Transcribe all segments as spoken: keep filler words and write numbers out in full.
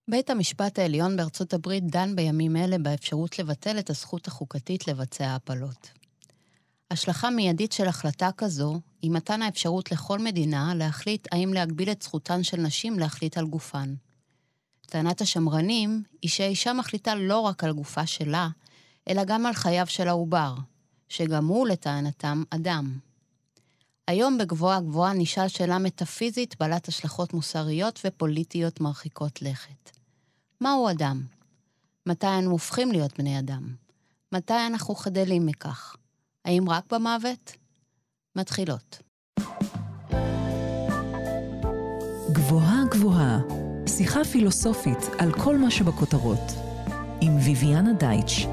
בית המשפט העליון בארצות הברית דן בימים אלה באפשרות לבטל את הזכות החוקתית לבצע הפלות. השלכה מיידית של החלטה כזו היא מתן האפשרות לכל מדינה להחליט האם להגביל את זכותן של נשים להחליט על גופן. טענת השמרנים היא שהאישה מחליטה לא רק על גופה שלה, אלא גם על חייו של העובר, שגם הוא לטענתם אדם. היום בגבוהה גבוהה נשאל שאלה מטאפיזית בעלת השלכות מוסריות ופוליטיות מרחיקות לכת. מהו אדם? מתי אנו הופכים להיות בני אדם? מתי אנחנו חדלים מכך? האם רק במוות? מתחילות. גבוהה גבוהה, שיחה פילוסופית על כל מה שבכותרות, עם ויויאנה דייטש.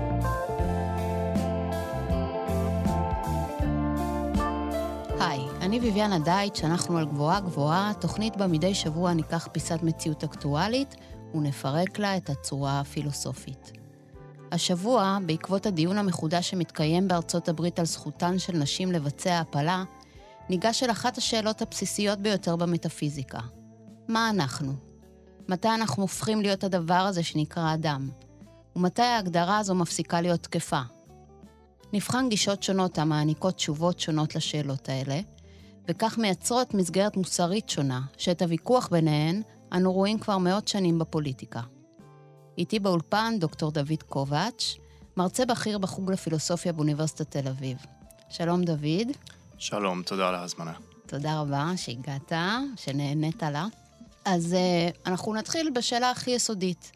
היי, אני ויויאנה דייטש, אנחנו על גבוהה גבוהה, תוכנית בה מדי שבוע ניקח פיסת מציאות אקטואלית ונפרק לה את הצורה הפילוסופית. השבוע, בעקבות הדיון המחודש שמתקיים בארצות הברית על זכותן של נשים לבצע הפלה, ניגש אל אחת השאלות הבסיסיות ביותר במטאפיזיקה. מה אנחנו? מתי אנחנו הופכים להיות הדבר הזה שנקרא אדם? ומתי ההגדרה הזו מפסיקה להיות תקפה? נבחן גישות שונות המעניקות תשובות שונות לשאלות האלה, וכך מייצרות מסגרת מוסרית שונה, שאת הוויכוח ביניהן אנו רואים כבר מאות שנים בפוליטיקה. איתי באולפן דוקטור דוד קובץ', מרצה בכיר בחוג לפילוסופיה באוניברסיטת תל אביב. שלום דוד. שלום, תודה על ההזמנה. תודה רבה שהגעת, שנהנית לה. אז uh, אנחנו נתחיל בשאלה הכי יסודית.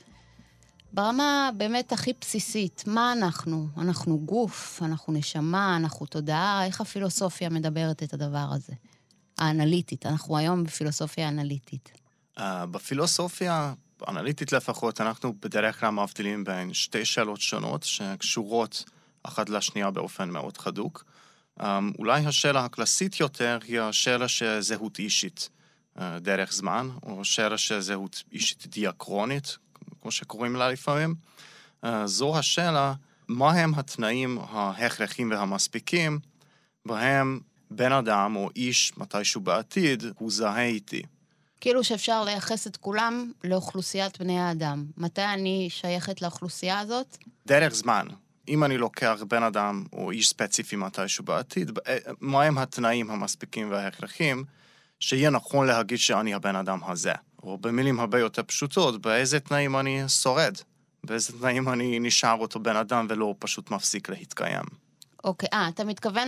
ברמה באמת הכי בסיסית, מה אנחנו? אנחנו גוף, אנחנו נשמה, אנחנו תודעה, איך הפילוסופיה מדברת את הדבר הזה? האנליטית, אנחנו היום בפילוסופיה אנליטית. Uh, בפילוסופיה אנליטית לפחות, אנחנו בדרך כלל מבדילים בין שתי שאלות שונות שקשורות אחת לשנייה באופן מאוד חדוק. Um, אולי השאלה הקלאסית יותר היא השאלה של זהות אישית uh, דרך זמן, או שאלה של זהות אישית דיאקרונית, כמו שקוראים לה לפעמים. Uh, זו השאלה, מה הם התנאים ההכרחיים והמספיקים, בהם בן אדם או איש מתישהו בעתיד הוא זהה איתי. כאילו שאפשר לייחס את כולם לאוכלוסיית בני האדם. מתי אני שייכת לאוכלוסייה הזאת? דרך זמן. אם אני לוקח בן אדם או איש ספציפי מתישהו בעתיד, מה הם התנאים המספיקים וההכרחיים, שיהיה נכון להגיד שאני הבן אדם הזה. או במילים הרבה יותר פשוטות, באיזה תנאים אני שורד, באיזה תנאים אני נשאר אותו בן אדם ולא פשוט מפסיק להתקיים. אוקיי, אה, אתה מתכוון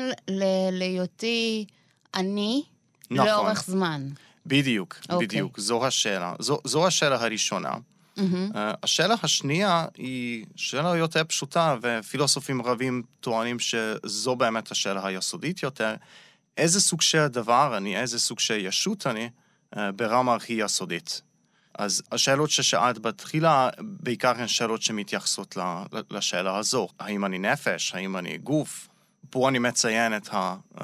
להיותי אני נכון. לאורך זמן. בדיוק, okay. בדיוק, זו השאלה. זו, זו השאלה הראשונה. Mm-hmm. Uh, השאלה השנייה היא שאלה יותר פשוטה, ופילוסופים רבים טוענים שזו באמת השאלה היסודית יותר. איזה סוג של דבר אני, איזה סוג של ישות אני, uh, ברמה הכי יסודית. אז השאלות ששאלת בתחילה, בעיקר הן שאלות שמתייחסות לשאלה הזו. האם אני נפש? האם אני גוף? פה אני מציין את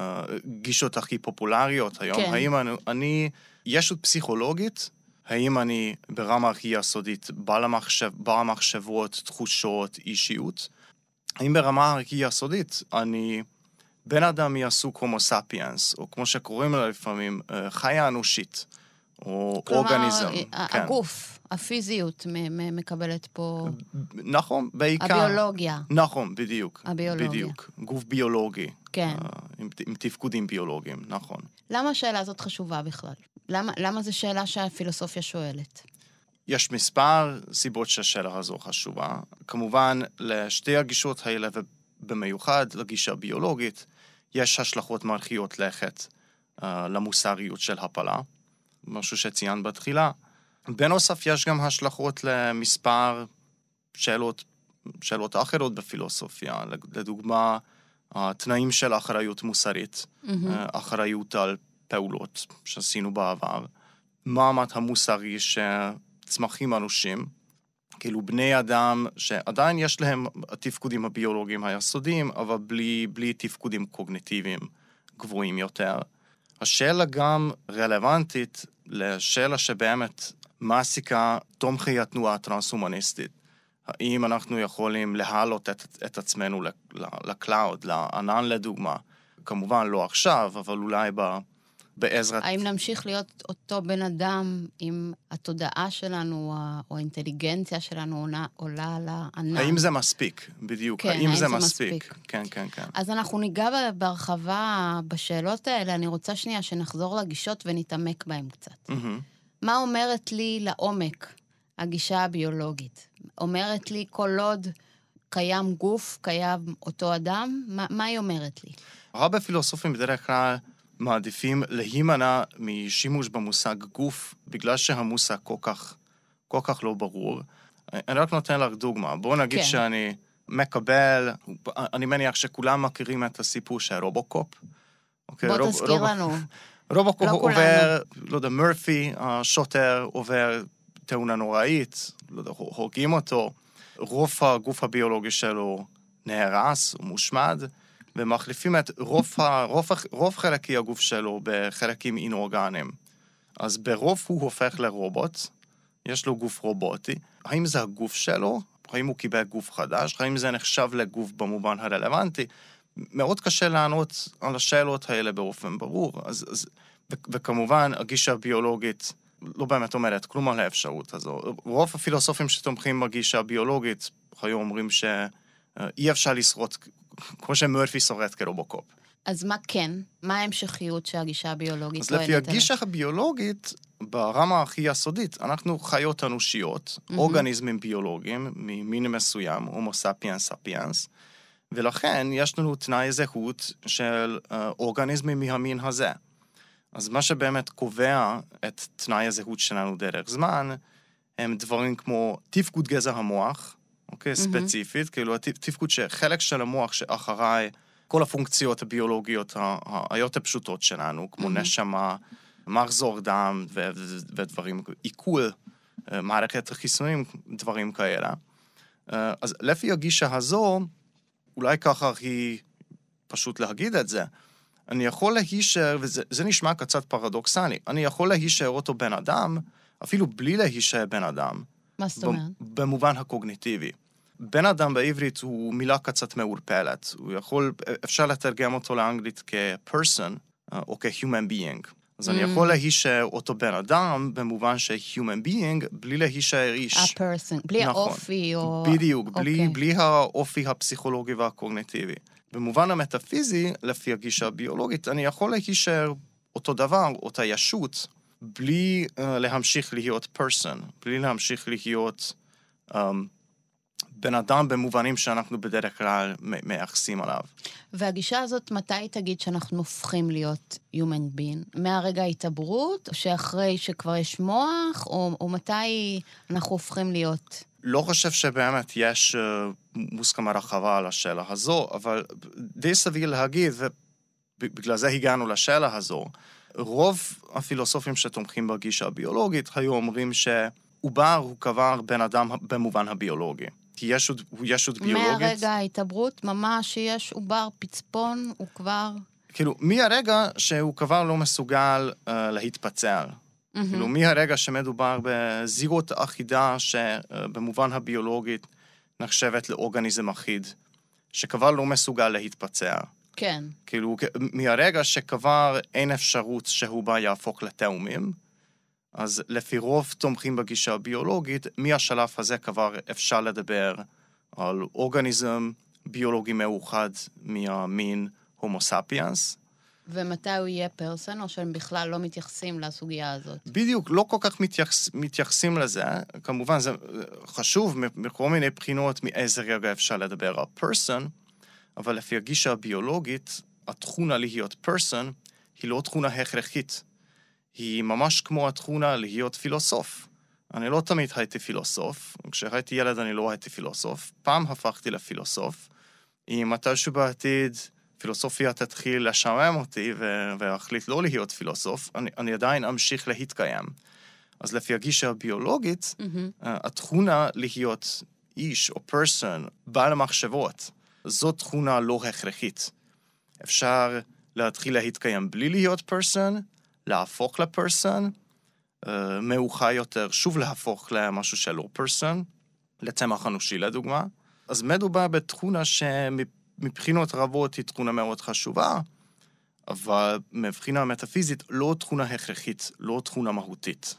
הגישות הכי פופולריות היום. כן. האם אני, אני ישות פסיכולוגית? האם אני ברמה הכי יסודית, בעל המחשב, בעל המחשבות, תחושות, אישיות? האם ברמה הכי יסודית אני בן אדם מהסוג הומו ספיאנס, או כמו שקוראים לה לפעמים, חיה אנושית, או כלומר, אורגניזם. כלומר, כן. הגוף, הפיזיות מקבלת פה... נכון, בעיקר... הביולוגיה. נכון, בדיוק. הביולוגיה. בדיוק. גוף ביולוגי. כן. עם, עם תפקודים ביולוגיים, נכון. למה השאלה הזאת חשובה בכלל? למה, למה זו שאלה שהפילוסופיה שואלת? יש מספר סיבות שהשאלה הזו חשובה. כמובן, לשתי הגישות האלה, ובמיוחד לגישה ביולוגית, יש השלכות מרחיות לכת uh, למוסריות של הפלה, משהו שציין בתחילה. בנוסף, יש גם השלכות למספר שאלות, שאלות אחרות בפילוסופיה, לדוגמה, התנאים של אחריות מוסרית, mm-hmm. אחריות על פעולות שעשינו בעבר, מעמד המוסרי שצמחים אנושים, כאילו בני אדם שעדיין יש להם התפקודים הביולוגיים היסודיים, אבל בלי, בלי תפקודים קוגניטיביים גבוהים יותר. השאלה גם רלוונטית לשאלה שבאמת מעסיקה תומכי התנועה הטרנס-הומניסטית. האם אנחנו יכולים להעלות את, את עצמנו לקלאוד, לענן לדוגמה, כמובן לא עכשיו, אבל אולי בעזרת... האם נמשיך להיות אותו בן אדם עם התודעה שלנו, או האינטליגנציה שלנו עולה, עולה על הענן? האם זה מספיק? בדיוק. כן, האם, האם זה, זה מספיק? מספיק? כן, כן, כן. אז אנחנו ניגע בהרחבה בשאלות האלה. אני רוצה שנייה שנחזור לגישות ונתעמק בהן קצת. Mm-hmm. מה אומרת לי לעומק הגישה הביולוגית? אומרת לי כל עוד קיים גוף, קיים אותו אדם? מה, מה היא אומרת לי? הרבה פילוסופים בדרך כלל מעדיפים להימנע משימוש במושג גוף, בגלל שהמושג כל כך, כל כך לא ברור. אני רק נותן לך דוגמה. בואו נגיד כן. שאני מקבל, אני מניח שכולם מכירים את הסיפור של רובוקופ. אוקיי, בוא רוב, תזכיר רוב, לנו. רובוקופ לא עובר, כולנו. לא יודע, מרפי, השוטר, עובר תאונה נוראית, לא יודע, הורגים אותו. רוב הגוף הביולוגי שלו נהרס, הוא מושמד, ומחליפים את רוב, רוב, רוב חלקי הגוף שלו בחלקים אינאורגניים. אז ברוב הוא הופך לרובוט, יש לו גוף רובוטי. האם זה הגוף שלו? האם הוא קיבל גוף חדש? האם זה נחשב לגוף במובן הרלוונטי? מאוד קשה לענות על השאלות האלה באופן ברור. אז, אז, ו- וכמובן, הגישה הביולוגית לא באמת אומרת כלום על האפשרות הזו. רוב הפילוסופים שתומכים בגישה הביולוגית, היו אומרים שאי אפשר לשרוט, כמו שמורפי שורד כרובוקופ. אז מה כן? מה ההמשכיות שהגישה הביולוגית? אז לפי הגישה הביולוגית, ברמה הכי יסודית, אנחנו חיות אנושיות, mm-hmm. אורגניזמים ביולוגיים, ממין מסוים, הומו ספיאנס ספיאנס, ולכן יש לנו תנאי זהות של uh, אורגניזמים מהמין הזה. אז מה שבאמת קובע את תנאי הזהות שלנו דרך זמן, הם דברים כמו תפקוד גזע המוח, אוקיי, mm-hmm. ספציפית, כאילו התפקוד שחלק של המוח שאחריי כל הפונקציות הביולוגיות היותר פשוטות שלנו, כמו mm-hmm. נשמה, מחזור דם ו- ו- ודברים, עיכול, מערכת החיסונים, דברים כאלה. אז לפי הגישה הזו, אולי ככה היא פשוט להגיד את זה, אני יכול להישאר, וזה נשמע קצת פרדוקסלי, אני יכול להישאר אותו בן אדם, אפילו בלי להישאר בן אדם. מה זאת אומרת? במובן הקוגניטיבי. בן אדם בעברית הוא מילה קצת מעורפלת. הוא יכול, אפשר לתרגם אותו לאנגלית כ-person או כ-human being. אז mm. אני יכול להישאר אותו בן אדם במובן ש-human being בלי להישאר איש. ה-person, בלי נכון. האופי או... בדיוק, okay. בלי, בלי האופי הפסיכולוגי והקוגניטיבי. במובן המטאפיזי, לפי הגישה הביולוגית, אני יכול להישאר אותו דבר, אותה ישות, בלי uh, להמשיך להיות person, בלי להמשיך להיות um, בן אדם במובנים שאנחנו בדרך כלל מייחסים עליו. והגישה הזאת, מתי תגיד שאנחנו הופכים להיות human being? מהרגע ההתעברות, או שאחרי שכבר יש מוח, או, או מתי אנחנו הופכים להיות? לא חושב שבאמת יש uh, מוסכמה רחבה על השאלה הזו, אבל די סביר להגיד, ובגלל זה הגענו לשאלה הזו, רוב הפילוסופים שתומכים בגישה הביולוגית היו אומרים שעובר הוא כבר בן אדם במובן הביולוגי. כי יש עוד, יש עוד ביולוגית. מהרגע ההתעברות, ממש שיש עובר פצפון, הוא כבר... כאילו, מהרגע שהוא כבר לא מסוגל uh, להתפצל. Mm-hmm. כאילו, מהרגע שמדובר בזירות אחידה שבמובן הביולוגית נחשבת לאורגניזם אחיד, שכבר לא מסוגל להתפצע. כן. כאילו, מהרגע שכבר אין אפשרות שהוא בא יהפוך לתאומים, אז לפי רוב תומכים בגישה הביולוגית, מהשלב הזה כבר אפשר לדבר על אורגניזם ביולוגי מאוחד מהמין הומו ספיאנס. ומתי הוא יהיה פרסון, או שהם בכלל לא מתייחסים לסוגיה הזאת? בדיוק, לא כל כך מתייחס, מתייחסים לזה. כמובן, זה חשוב מכל מיני בחינות מאיזה רגע אפשר לדבר על פרסון, אבל לפי הגישה הביולוגית, התכונה להיות פרסון היא לא תכונה הכרחית. היא ממש כמו התכונה להיות פילוסוף. אני לא תמיד הייתי פילוסוף. כשהייתי ילד אני לא הייתי פילוסוף. פעם הפכתי לפילוסוף. אם מתישהו בעתיד פילוסופיה תתחיל לשעמם אותי והחליט לא להיות פילוסוף, אני, אני עדיין אמשיך להתקיים. אז לפי הגישה הביולוגית, mm-hmm. התכונה להיות איש או פרסון, בעל המחשבות, זו תכונה לא הכרחית. אפשר להתחיל להתקיים בלי להיות פרסון, להפוך לפרסון, uh, מאוחר יותר, שוב להפוך למשהו שלא פרסון, לצמח אנושי לדוגמה. אז מדובר בתכונה שמבחינות רבות היא תכונה מאוד חשובה, אבל מבחינה מטאפיזית לא תכונה הכרחית, לא תכונה מהותית.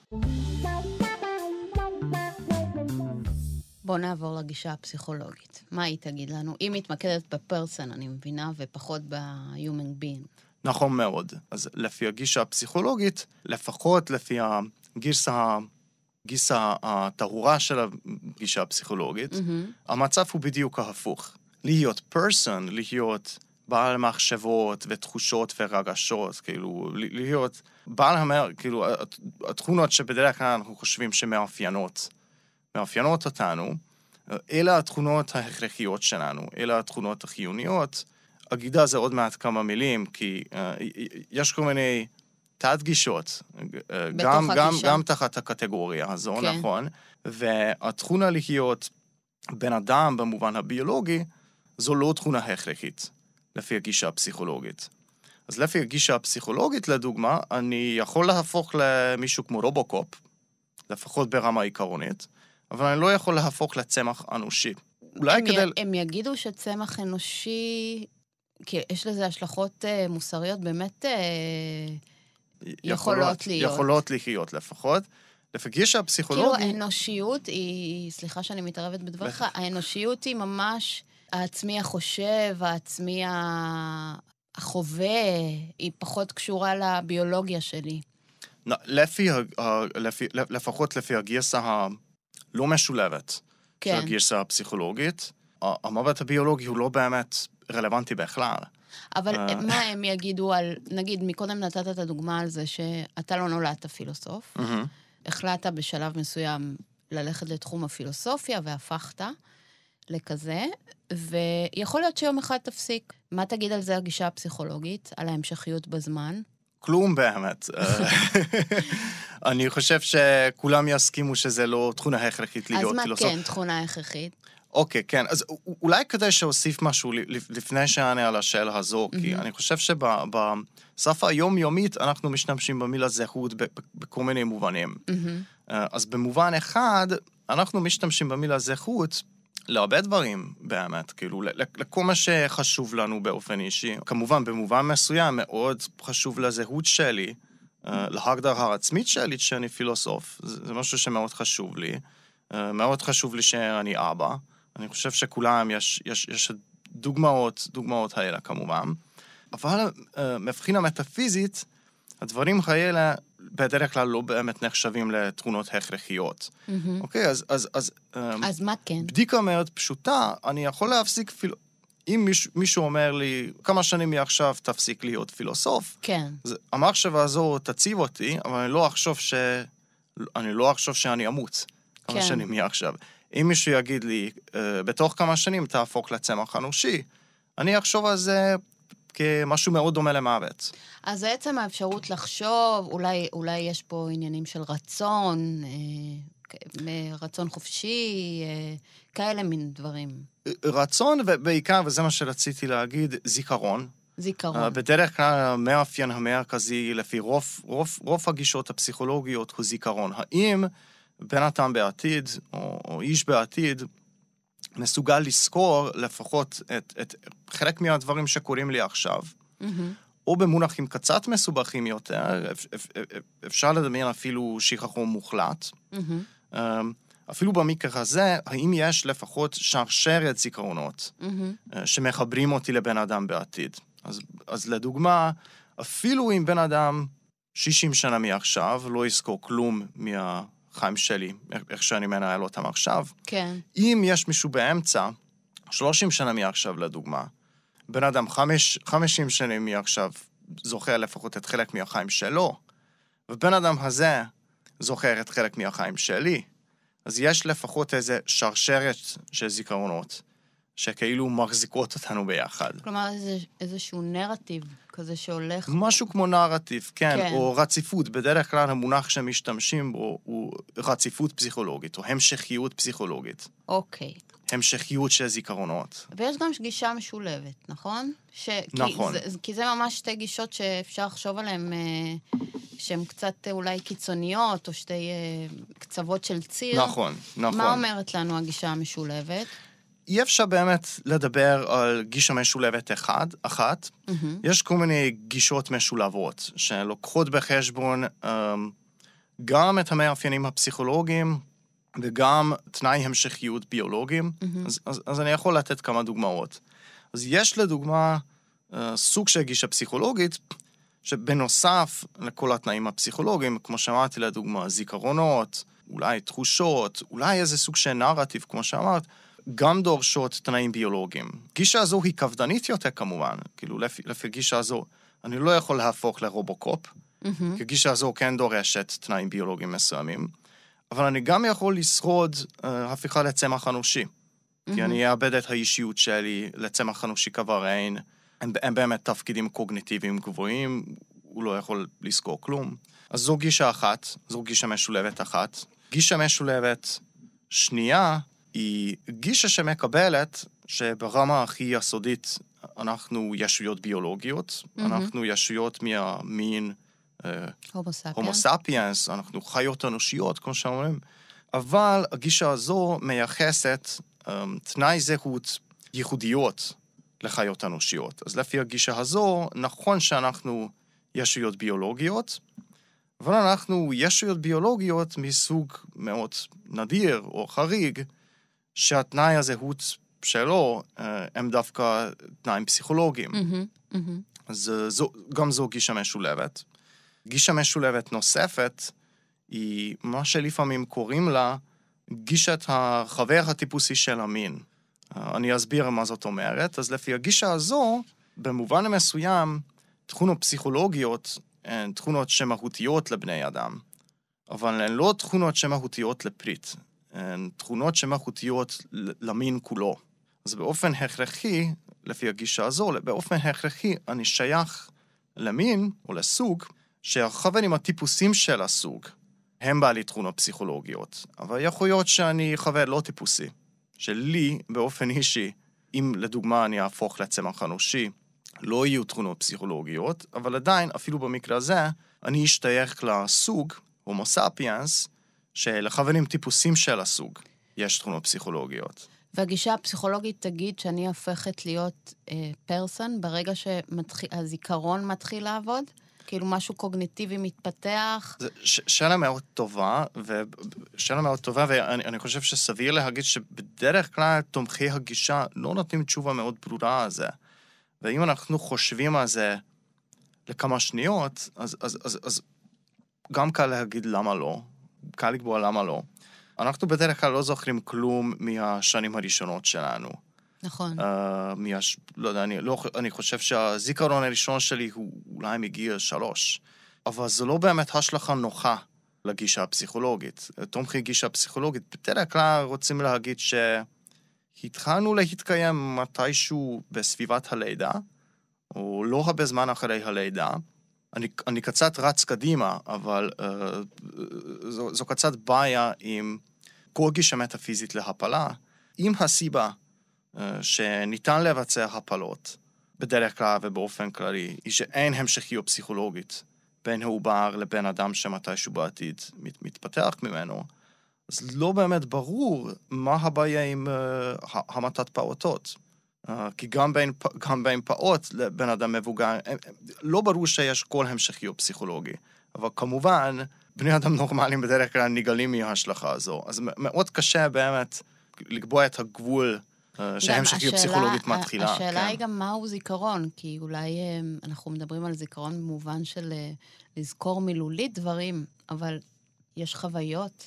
בוא נעבור לגישה הפסיכולוגית. מה היא תגיד לנו? היא מתמקדת בפרסון, אני מבינה, ופחות ב-human being. נכון מאוד. אז לפי הגישה הפסיכולוגית, לפחות לפי הגישה, הגישה התאורה של הגישה הפסיכולוגית, mm-hmm. המצב הוא בדיוק ההפוך. להיות פרסון, להיות בעל מחשבות ותחושות ורגשות, כאילו, להיות בעל המר, כאילו, התכונות שבדרך כלל אנחנו חושבים שמאפיינות, מאפיינות אותנו, אלה התכונות ההכרחיות שלנו, אלה התכונות החיוניות. הגידה זה עוד מעט כמה מילים, כי uh, יש כל מיני תת-גישות, גם, גם, גם תחת הקטגוריה הזו, כן. נכון, והתכונה להיות בן אדם במובן הביולוגי, זו לא תכונה הכרחית, לפי הגישה הפסיכולוגית. אז לפי הגישה הפסיכולוגית, לדוגמה, אני יכול להפוך למישהו כמו רובוקופ, לפחות ברמה עיקרונית, אבל אני לא יכול להפוך לצמח אנושי. אולי הם, כדי... י... הם יגידו שצמח אנושי, כי יש לזה השלכות uh, מוסריות באמת uh, יכולות, יכולות להיות. יכולות לחיות לפחות. לפי הגישה הפסיכולוגית... כאילו האנושיות היא, סליחה שאני מתערבת בדברך, בח... האנושיות היא ממש העצמי החושב, העצמי החווה, היא פחות קשורה לביולוגיה שלי. לפי, לפי, לפחות לפי הגרסה הלא משולבת כן. של הגרסה הפסיכולוגית, המבט הביולוגי הוא לא באמת רלוונטי בכלל. אבל מה הם יגידו על, נגיד, מקודם נתת את הדוגמה על זה שאתה לא נולדת פילוסוף, החלטת בשלב מסוים ללכת לתחום הפילוסופיה והפכת לכזה, ויכול להיות שיום אחד תפסיק. מה תגיד על זה הגישה הפסיכולוגית, על ההמשכיות בזמן? כלום באמת. אני חושב שכולם יסכימו שזה לא תכונה הכרחית להיות פילוסוף. אז מה כן תכונה הכרחית? אוקיי, כן. אז אולי כדי שאוסיף משהו לפני שאני על השאלה הזו, כי אני חושב שבשפה היומיומית אנחנו משתמשים במילה זהות בכל מיני מובנים. אז במובן אחד, אנחנו משתמשים במילה זהות להרבה דברים באמת, כאילו, לכל מה שחשוב לנו באופן אישי. כמובן, במובן מסוים מאוד חשוב לזהות שלי, להגדרה העצמית שלי שאני פילוסוף. זה משהו שמאוד חשוב לי. מאוד חשוב לי שאני אבא. אני חושב שכולם יש, יש, יש דוגמאות, דוגמאות האלה כמובן. אבל מבחינה מטאפיזית, הדברים האלה בדרך כלל לא באמת נחשבים לתכונות הכרחיות. אוקיי, אז, אז, אז, אז מה כן? בדיקה מאוד פשוטה, אני יכול להפסיק, פיל... אם מישהו, מישהו אומר לי, כמה שנים מעכשיו תפסיק להיות פילוסוף, כן. אז המחשבה הזו תציב אותי, אבל אני לא אחשוב ש... אני לא אחשוב שאני אמות. כמה כן. שנים מעכשיו. אם מישהו יגיד לי, בתוך כמה שנים תהפוך לצמח אנושי, אני אחשוב על זה כמשהו מאוד דומה למוות. אז בעצם האפשרות לחשוב, אולי, אולי יש פה עניינים של רצון, רצון חופשי, כאלה מין דברים. רצון, ובעיקר, וזה מה שרציתי להגיד, זיכרון. זיכרון. בדרך כלל המאפיין המרכזי, לפי רוב, רוב, רוב הגישות הפסיכולוגיות, הוא זיכרון. האם בן אדם בעתיד, או, או איש בעתיד, מסוגל לזכור לפחות את, את חלק מהדברים שקורים לי עכשיו, mm-hmm. או במונחים קצת מסובכים יותר, אפשר לדמיין אפילו שכחו מוחלט. Mm-hmm. אפילו במקרה הזה, האם יש לפחות שרשרת זיכרונות, mm-hmm. שמחברים אותי לבן אדם בעתיד. אז, אז לדוגמה, אפילו אם בן אדם שישים שנה מעכשיו לא יזכור כלום מה... חיים שלי, איך שאני מנהל אותם עכשיו. כן. אם יש מישהו באמצע, שלושים שנה מעכשיו לדוגמה, בן אדם חמש, חמישים שנה מעכשיו זוכר לפחות את חלק מהחיים שלו, ובן אדם הזה זוכר את חלק מהחיים שלי, אז יש לפחות איזה שרשרת של זיכרונות, שכאילו מחזיקות אותנו ביחד. כלומר, איזה, איזשהו נרטיב כזה שהולך... משהו כמו נרטיב, כן, כן, או רציפות. בדרך כלל המונח שמשתמשים בו הוא רציפות פסיכולוגית, או המשכיות פסיכולוגית. אוקיי. המשכיות של זיכרונות. ויש גם גישה משולבת, נכון? ש... נכון. כי זה, כי זה ממש שתי גישות שאפשר לחשוב עליהן, שהן קצת אולי קיצוניות, או שתי קצוות של ציר. נכון, נכון. מה אומרת לנו הגישה המשולבת? אי אפשר באמת לדבר על גישה משולבת אחד, אחת. Mm-hmm. יש כל מיני גישות משולבות, שלוקחות בחשבון um, גם את המאפיינים הפסיכולוגיים, וגם תנאי המשכיות ביולוגיים. Mm-hmm. אז, אז, אז אני יכול לתת כמה דוגמאות. אז יש לדוגמה uh, סוג של גישה פסיכולוגית, שבנוסף לכל התנאים הפסיכולוגיים, כמו שאמרתי לדוגמה, זיכרונות, אולי תחושות, אולי איזה סוג של נרטיב, כמו שאמרת, גם דורשות תנאים ביולוגיים. גישה הזו היא כבדנית יותר כמובן, כאילו לפי, לפי גישה הזו, אני לא יכול להפוך לרובוקופ, mm-hmm. כי גישה הזו כן דורשת תנאים ביולוגיים מסוימים, אבל אני גם יכול לשרוד uh, הפיכה לצמח אנושי, mm-hmm. כי אני אאבד את האישיות שלי לצמח אנושי כבר אין, הם, הם באמת תפקידים קוגניטיביים גבוהים, הוא לא יכול לזכור כלום. אז זו גישה אחת, זו גישה משולבת אחת. גישה משולבת שנייה, היא גישה שמקבלת שברמה הכי יסודית אנחנו ישויות ביולוגיות, mm-hmm. אנחנו ישויות מהמין הומו ספיאנס, אנחנו חיות אנושיות, כמו שאומרים, אבל הגישה הזו מייחסת um, תנאי זהות ייחודיות לחיות אנושיות. אז לפי הגישה הזו, נכון שאנחנו ישויות ביולוגיות, אבל אנחנו ישויות ביולוגיות מסוג מאוד נדיר או חריג, שהתנאי הזהות שלו הם דווקא תנאים פסיכולוגיים. Mm-hmm, mm-hmm. אז זו, גם זו גישה משולבת. גישה משולבת נוספת היא מה שלפעמים קוראים לה גישת החבר הטיפוסי של המין. אני אסביר מה זאת אומרת. אז לפי הגישה הזו, במובן מסוים, תכונות פסיכולוגיות הן תכונות שמהותיות לבני אדם, אבל הן לא תכונות שמהותיות לפריט. הן תכונות שמהותיות למין כולו. אז באופן הכרחי, לפי הגישה הזו, באופן הכרחי אני שייך למין או לסוג, שהחברים הטיפוסים של הסוג הם בעלי תכונות פסיכולוגיות. אבל יכול להיות שאני חבר לא טיפוסי, שלי באופן אישי, אם לדוגמה אני אהפוך לצמח אנושי, לא יהיו תכונות פסיכולוגיות, אבל עדיין, אפילו במקרה הזה, אני אשתייך לסוג, הומו ספיאנס, שלחברים טיפוסים של הסוג יש תכונות פסיכולוגיות. והגישה הפסיכולוגית תגיד שאני הופכת להיות אה, פרסון ברגע שהזיכרון מתחיל לעבוד? כאילו משהו קוגניטיבי מתפתח? זה ש- שאלה מאוד טובה, ושאלה מאוד טובה, ואני אני חושב שסביר להגיד שבדרך כלל תומכי הגישה לא נותנים תשובה מאוד ברורה על זה. ואם אנחנו חושבים על זה לכמה שניות, אז, אז, אז, אז גם קל להגיד למה לא. קל לקבוע למה לא. אנחנו בדרך כלל לא זוכרים כלום מהשנים הראשונות שלנו. נכון. Uh, מהש... לא יודע, אני, לא, אני חושב שהזיכרון הראשון שלי הוא אולי מגיע שלוש, אבל זו לא באמת השלכה נוחה לגישה הפסיכולוגית. תומכי גישה הפסיכולוגית בדרך כלל רוצים להגיד שהתחלנו להתקיים מתישהו בסביבת הלידה, או לא הרבה זמן אחרי הלידה, אני, אני קצת רץ קדימה, אבל uh, זו, זו קצת בעיה עם כל גישה מטאפיזית להפלה. אם הסיבה uh, שניתן לבצע הפלות, בדרך כלל ובאופן כללי, היא שאין המשכיות פסיכולוגית בין העובר לבין אדם שמתישהו בעתיד מת, מתפתח ממנו, אז לא באמת ברור מה הבעיה עם uh, המתת פעוטות. Uh, כי גם בין, גם בין פעוט לבן אדם מבוגר, לא ברור שיש כל המשכיות פסיכולוגי, אבל כמובן, בני אדם נורמליים בדרך כלל נגלים מההשלכה הזו, אז מאוד קשה באמת לקבוע את הגבול uh, שהמשכיות פסיכולוגית מתחילה. השאלה כן. היא גם מהו זיכרון, כי אולי um, אנחנו מדברים על זיכרון במובן של uh, לזכור מילולית דברים, אבל יש חוויות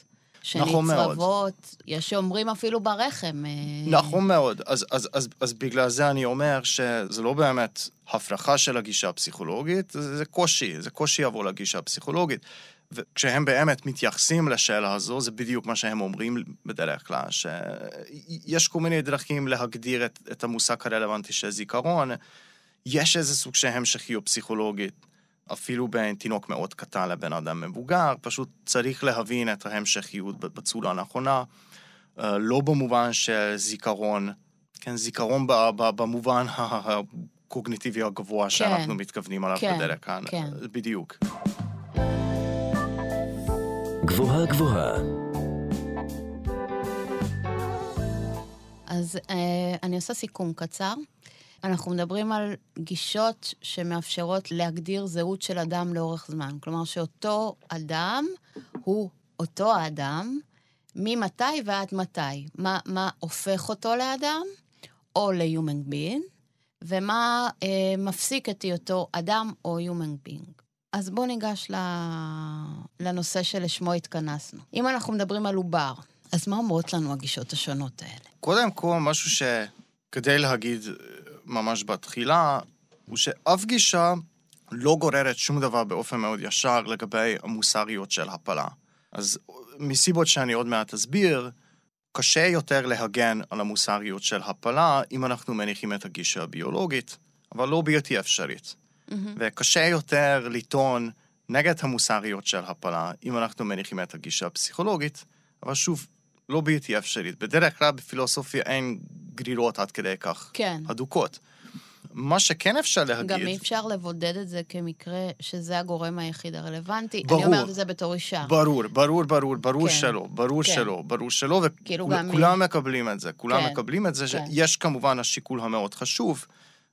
שנצרבות, יש שאומרים אפילו ברחם. נכון מאוד. אז, אז, אז, אז בגלל זה אני אומר שזה לא באמת הפרחה של הגישה הפסיכולוגית, זה, זה קושי, זה קושי עבור לגישה הפסיכולוגית. וכשהם באמת מתייחסים לשאלה הזו, זה בדיוק מה שהם אומרים בדרך כלל, שיש כל מיני דרכים להגדיר את, את המושג הרלוונטי של זיכרון, יש איזה סוג של המשכיות פסיכולוגית, אפילו בין תינוק מאוד קטן לבן אדם מבוגר, פשוט צריך להבין את ההמשכיות בצורה הנכונה, לא במובן של זיכרון, כן, זיכרון במובן הקוגניטיבי הגבוה שאנחנו מתכוונים עליו בדרך כלל, בדיוק. גבוהה גבוהה. אז אה, אני עושה סיכום קצר. אנחנו מדברים על גישות שמאפשרות להגדיר זהות של אדם לאורך זמן. כלומר שאותו אדם הוא אותו האדם, ממתי ועד מתי. מה, מה הופך אותו לאדם או ל-human being, ומה אה, מפסיק את היותו אדם או human being. אז בואו ניגש לנושא שלשמו התכנסנו. אם אנחנו מדברים על עובר, אז מה אומרות לנו הגישות השונות האלה? קודם כל, משהו שכדי להגיד ממש בתחילה, הוא שאף גישה לא גוררת שום דבר באופן מאוד ישר לגבי המוסריות של הפלה. אז מסיבות שאני עוד מעט אסביר, קשה יותר להגן על המוסריות של הפלה אם אנחנו מניחים את הגישה הביולוגית, אבל לא בלתי אפשרית. Mm-hmm. וקשה יותר לטעון נגד המוסריות של הפלה אם אנחנו מניחים את הגישה הפסיכולוגית, אבל שוב, לא בלתי אפשרית. בדרך כלל בפילוסופיה אין גרירות עד כדי כך כן. הדוקות. מה שכן אפשר להגיד... גם אי אפשר לבודד את זה כמקרה שזה הגורם היחיד הרלוונטי. ברור. אני אומרת את זה בתור אישה. ברור, ברור, ברור, ברור כן. שלא, ברור כן. שלא, ברור שלא, וכולם כאילו מקבלים את זה, כולם כן. מקבלים את זה, כן. שיש כמובן השיקול המאוד חשוב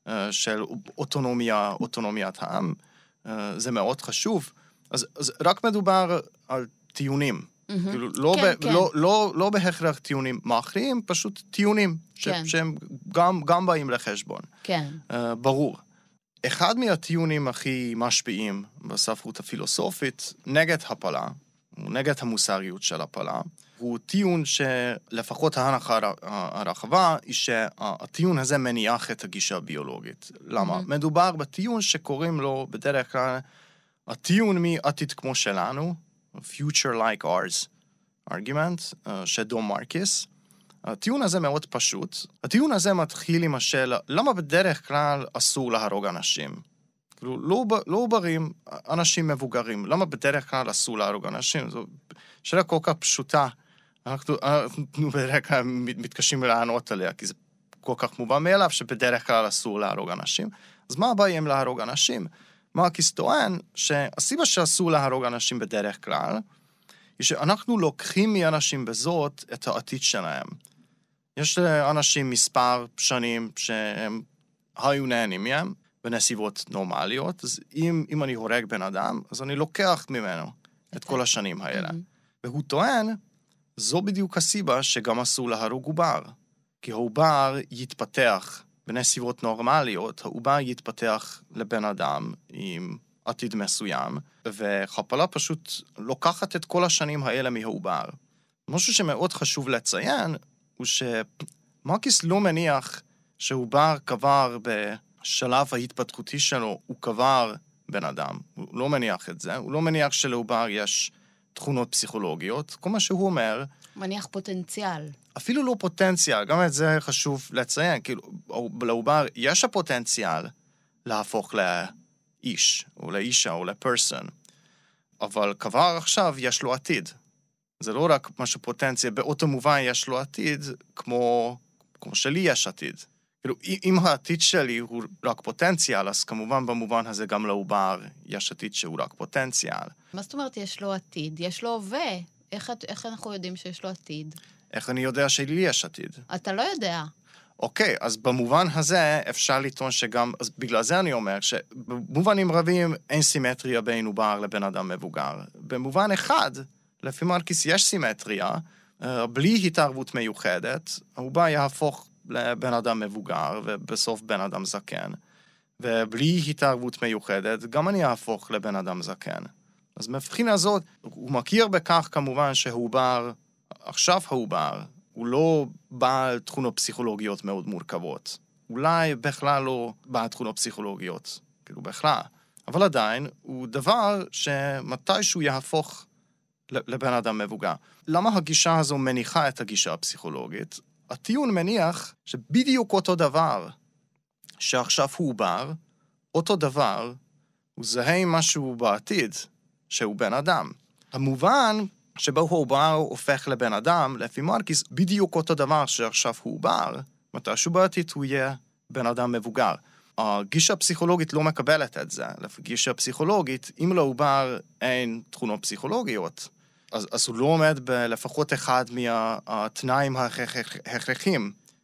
של אוטונומיה, אוטונומיית העם, זה מאוד חשוב. אז, אז רק מדובר על טיעונים. Mm-hmm. כאילו, לא, כן, ב, כן. לא, לא, לא בהכרח טיעונים מאחרים, פשוט טיעונים, ש, כן. שהם גם, גם באים לחשבון. כן. Uh, ברור. אחד מהטיעונים הכי משפיעים בספרות הפילוסופית נגד הפלה, נגד המוסריות של הפלה, הוא טיעון שלפחות ההנחה הרחבה היא שהטיעון הזה מניח את הגישה הביולוגית. למה? Mm-hmm. מדובר בטיעון שקוראים לו בדרך כלל הטיעון מעתיד כמו שלנו, future like ours argument, uh, שדום מרקיס. הטיעון הזה מאוד פשוט. הטיעון הזה מתחיל עם השאלה, למה בדרך כלל אסור להרוג אנשים? כאילו, לא, לא עוברים, אנשים מבוגרים. למה בדרך כלל אסור להרוג אנשים? זו שאלה כל כך פשוטה. אנחנו, אנחנו בדרך כלל מתקשים לענות עליה, כי זה כל כך מובן מאליו שבדרך כלל אסור להרוג אנשים. אז מה הבעיה עם להרוג אנשים? מרקיס טוען שהסיבה שאסור להרוג אנשים בדרך כלל, היא שאנחנו לוקחים מאנשים בזאת את העתיד שלהם. יש לאנשים מספר שנים שהם היו נהנים מהם, בנסיבות נורמליות, אז אם, אם אני הורג בן אדם, אז אני לוקח ממנו את כל השנים האלה. Mm-hmm. והוא טוען, זו בדיוק הסיבה שגם אסור להרוג עובר. כי העובר יתפתח בנסיבות נורמליות, העובר יתפתח לבן אדם עם עתיד מסוים, והפלה פשוט לוקחת את כל השנים האלה מהעובר. משהו שמאוד חשוב לציין, הוא שמרקיס לא מניח שעובר קבר בשלב ההתפתחותי שלו, הוא קבר בן אדם. הוא לא מניח את זה, הוא לא מניח שלעובר יש תכונות פסיכולוגיות. כל מה שהוא אומר... מניח פוטנציאל. אפילו לא פוטנציאל, גם את זה חשוב לציין. כאילו, לעובר יש הפוטנציאל להפוך לאיש, או לאישה, או לפרסון. אבל כבר עכשיו יש לו עתיד. זה לא רק משהו פוטנציה, באותו מובן יש לו עתיד, כמו, כמו שלי יש עתיד. כאילו, אם העתיד שלי הוא רק פוטנציאל, אז כמובן במובן הזה גם לעובר יש עתיד שהוא רק פוטנציאל. מה זאת אומרת יש לו עתיד? יש לו הווה. איך, איך אנחנו יודעים שיש לו עתיד? איך אני יודע שלי יש עתיד? אתה לא יודע. אוקיי, אז במובן הזה אפשר לטעון שגם, אז בגלל זה אני אומר שבמובנים רבים אין סימטריה בין עובר לבן אדם מבוגר. במובן אחד, לפי מרקיס יש סימטריה, בלי התערבות מיוחדת, העובר יהפוך לבן אדם מבוגר, ובסוף בן אדם זקן. ובלי התערבות מיוחדת, גם אני אהפוך לבן אדם זקן. אז מבחינה זאת, הוא מכיר בכך כמובן שהעובר, עכשיו העובר, הוא לא בעל תכונות פסיכולוגיות מאוד מורכבות. אולי בכלל לא בעל תכונות פסיכולוגיות, כאילו בכלל. אבל עדיין, הוא דבר שמתישהו יהפוך לבן אדם מבוגר. למה הגישה הזו מניחה את הגישה הפסיכולוגית? הטיעון מניח שבדיוק אותו דבר שעכשיו הוא עובר, אותו דבר, הוא זהה משהו בעתיד, שהוא בן אדם. המובן שבו הוא עובר הופך לבן אדם, לפי מרקיס, בדיוק אותו דבר שעכשיו הוא עובר, מתישהו בעתיד הוא יהיה בן אדם מבוגר. הגישה הפסיכולוגית לא מקבלת את זה. לפי גישה פסיכולוגית, אם לעובר אין תכונות פסיכולוגיות, אז, אז הוא לא עומד בלפחות אחד מהתנאים ההכרחיים,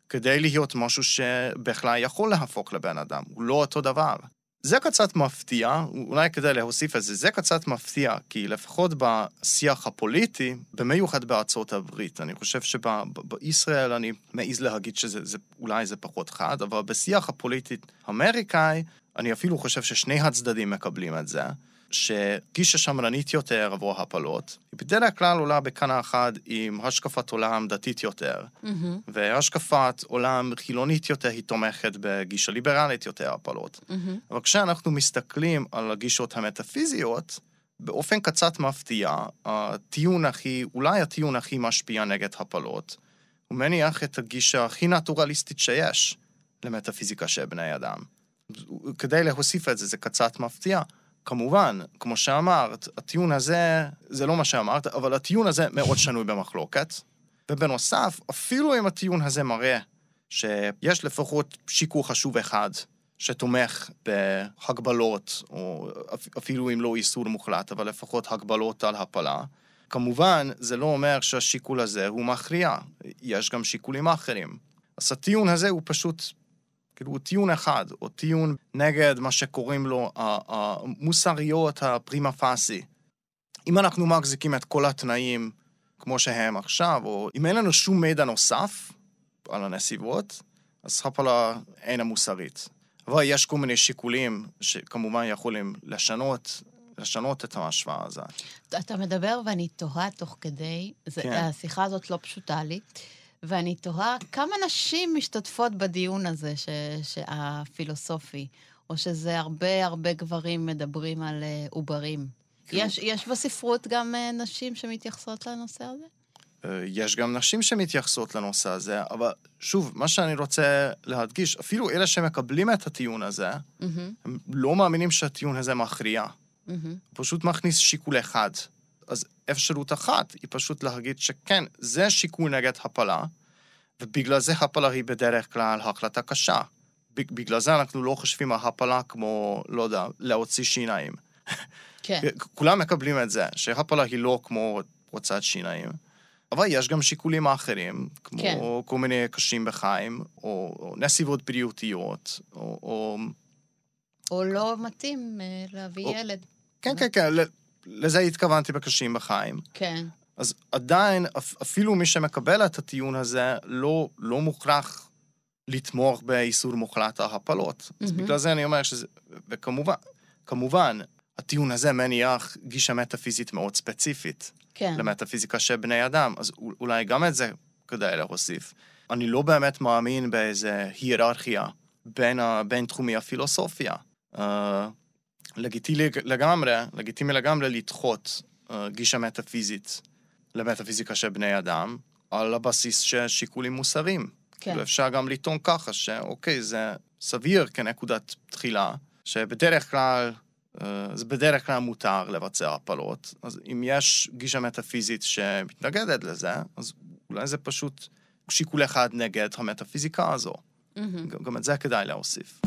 כדי להיות משהו שבכלל יכול להפוך לבן אדם. הוא לא אותו דבר. זה קצת מפתיע, אולי כדי להוסיף את זה, זה קצת מפתיע, כי לפחות בשיח הפוליטי, במיוחד בארצות הברית, אני חושב שבישראל אני מעיז להגיד שאולי זה פחות חד, אבל בשיח הפוליטי האמריקאי, אני אפילו חושב ששני הצדדים מקבלים את זה, שגישה שמרנית יותר עבור הפלות, היא בדרך כלל עולה בקנה אחד עם השקפת עולם דתית יותר, mm-hmm. והשקפת עולם חילונית יותר היא תומכת בגישה ליברלית יותר הפלות. Mm-hmm. אבל כשאנחנו מסתכלים על הגישות המטאפיזיות, באופן קצת מפתיע, הטיעון הכי, אולי הטיעון הכי משפיע נגד הפלות, הוא מניח את הגישה הכי נטורליסטית שיש למטאפיזיקה של בני אדם. כדי להוסיף את זה, זה קצת מפתיע. כמובן, כמו שאמרת, הטיעון הזה, זה לא מה שאמרת, אבל הטיעון הזה מאוד שנוי במחלוקת, ובנוסף, אפילו אם הטיעון הזה מראה שיש לפחות שיקול חשוב אחד שתומך בהגבלות, או אפילו אם לא איסור מוחלט, אבל לפחות הגבלות על הפלה, כמובן, זה לא אומר שהשיקול הזה הוא מכריע, יש גם שיקולים אחרים. אז הטיעון הזה הוא פשוט כאילו הוא טיעון אחד, או טיעון נגד מה שקוראים לו המוסריות הפרימה פאסי. אם אנחנו מחזיקים את כל התנאים כמו שהם עכשיו, או אם אין לנו שום מידע נוסף על הנסיבות, אז הפלה אינה מוסרית. אבל יש כל מיני שיקולים שכמובן יכולים לשנות, לשנות את ההשוואה הזאת. אתה מדבר ואני תוהה תוך כדי, כן. השיחה הזאת לא פשוטה לי, ואני תוהה כמה נשים משתתפות בדיון הזה ש... שהפילוסופי, או שזה הרבה הרבה גברים מדברים על עוברים. יש, יש בספרות גם נשים שמתייחסות לנושא הזה? יש גם נשים שמתייחסות לנושא הזה, אבל שוב, מה שאני רוצה להדגיש, אפילו אלה שמקבלים את הטיעון הזה, mm-hmm. הם לא מאמינים שהטיעון הזה מכריע. Mm-hmm. פשוט מכניס שיקול אחד. אז אפשרות אחת היא פשוט להגיד שכן, זה שיקול נגד הפלה, ובגלל זה הפלה היא בדרך כלל החלטה קשה. בגלל זה אנחנו לא חושבים על הפלה כמו, לא יודע, להוציא שיניים. כן. כולם מקבלים את זה, שהפלה היא לא כמו הוצאת שיניים, אבל יש גם שיקולים אחרים, כמו כן. כל מיני קשים בחיים, או, או נסיבות בריאותיות, או... או, או לא מתאים להביא או, ילד. כן, כן, כן, לזה התכוונתי בקשים בחיים. כן. אז עדיין, אפילו מי שמקבל את הטיעון הזה, לא, לא מוכרח לתמוך באיסור מוחלט על הפלות. Mm-hmm. אז בגלל זה אני אומר שזה, וכמובן, כמובן, הטיעון הזה מניח גישה מטאפיזית מאוד ספציפית. כן. למטאפיזיקה של בני אדם, אז אולי גם את זה כדאי להוסיף. אני לא באמת מאמין באיזה היררכיה בין, בין תחומי הפילוסופיה. Uh, לגיטימי לגמרי, לגיטימי לגמרי לדחות uh, גישה מטאפיזית למטאפיזיקה של בני אדם, על הבסיס של שיקולים מוסריים. כן. אפשר גם לטעון ככה, שאוקיי, זה סביר כנקודת תחילה, שבדרך כלל, uh, זה בדרך כלל מותר לבצע הפלות, אז אם יש גישה מטאפיזית שמתנגדת לזה, אז אולי זה פשוט שיקול אחד נגד המטאפיזיקה הזו. Mm-hmm. גם, גם את זה כדאי להוסיף.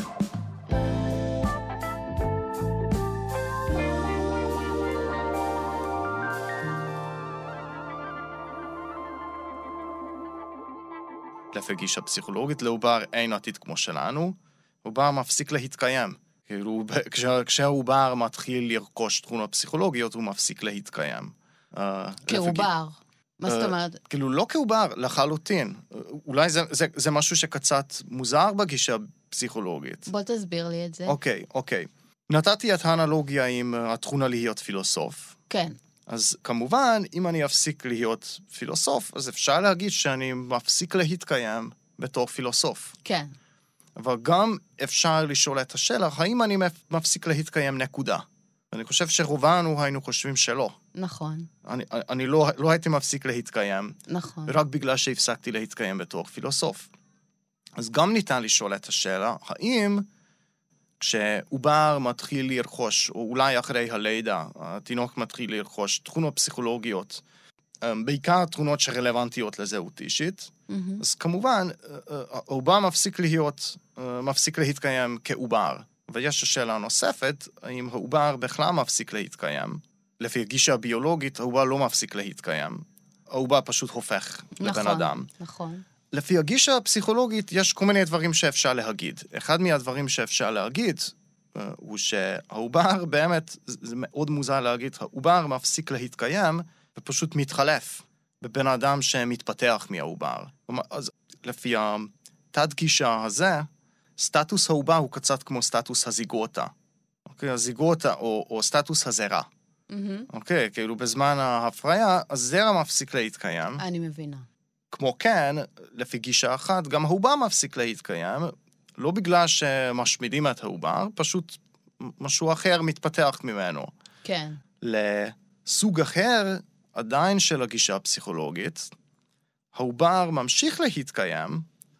לפי גישה פסיכולוגית, לעובר אין עתיד כמו שלנו, עובר מפסיק להתקיים. כאילו, כשהעובר מתחיל לרכוש תכונות פסיכולוגיות, הוא מפסיק להתקיים. כעובר. מה זאת אומרת? כאילו, לא כעובר, לחלוטין. אולי זה, זה, זה משהו שקצת מוזר בגישה פסיכולוגית. בוא תסביר לי את זה. אוקיי, אוקיי. נתתי את האנלוגיה עם התכונה להיות פילוסוף. כן. אז כמובן, אם אני אפסיק להיות פילוסוף, אז אפשר להגיד שאני מפסיק להתקיים בתור פילוסוף. כן. אבל גם אפשר לשאול את השאלה, האם אני מפסיק להתקיים נקודה? אני חושב שרובנו היינו חושבים שלא. נכון. אני, אני לא, לא הייתי מפסיק להתקיים. נכון. רק בגלל שהפסקתי להתקיים בתור פילוסוף. אז גם ניתן לשאול את השאלה, האם כשעובר מתחיל לרכוש, או אולי אחרי הלידה, התינוק מתחיל לרכוש תכונות פסיכולוגיות, בעיקר תכונות שרלוונטיות לזהות אישית, mm-hmm. אז כמובן, העובר מפסיק להיות, מפסיק להתקיים כעובר. ויש השאלה נוספת, האם העובר בכלל מפסיק להתקיים. לפי הגישה הביולוגית, העובר לא מפסיק להתקיים. העובר פשוט הופך נכון, לבן אדם. נכון. לפי הגישה הפסיכולוגית, יש כל מיני דברים שאפשר להגיד. אחד מהדברים שאפשר להגיד, הוא שהעובר באמת, זה מאוד מוזר להגיד, העובר מפסיק להתקיים, ופשוט מתחלף בבן אדם שמתפתח מהעובר. אז לפי התת גישה הזה, סטטוס העובר הוא קצת כמו סטטוס הזיגוטה. אוקיי? הזיגוטה או, או סטטוס הזרע. Mm-hmm. אוקיי? כאילו בזמן ההפריה, הזרע מפסיק להתקיים. אני מבינה. כמו כן, לפי גישה אחת, גם העובר מפסיק להתקיים, לא בגלל שמשמידים את העובר, פשוט משהו אחר מתפתח ממנו. כן. לסוג אחר, עדיין של הגישה הפסיכולוגית, העובר ממשיך להתקיים,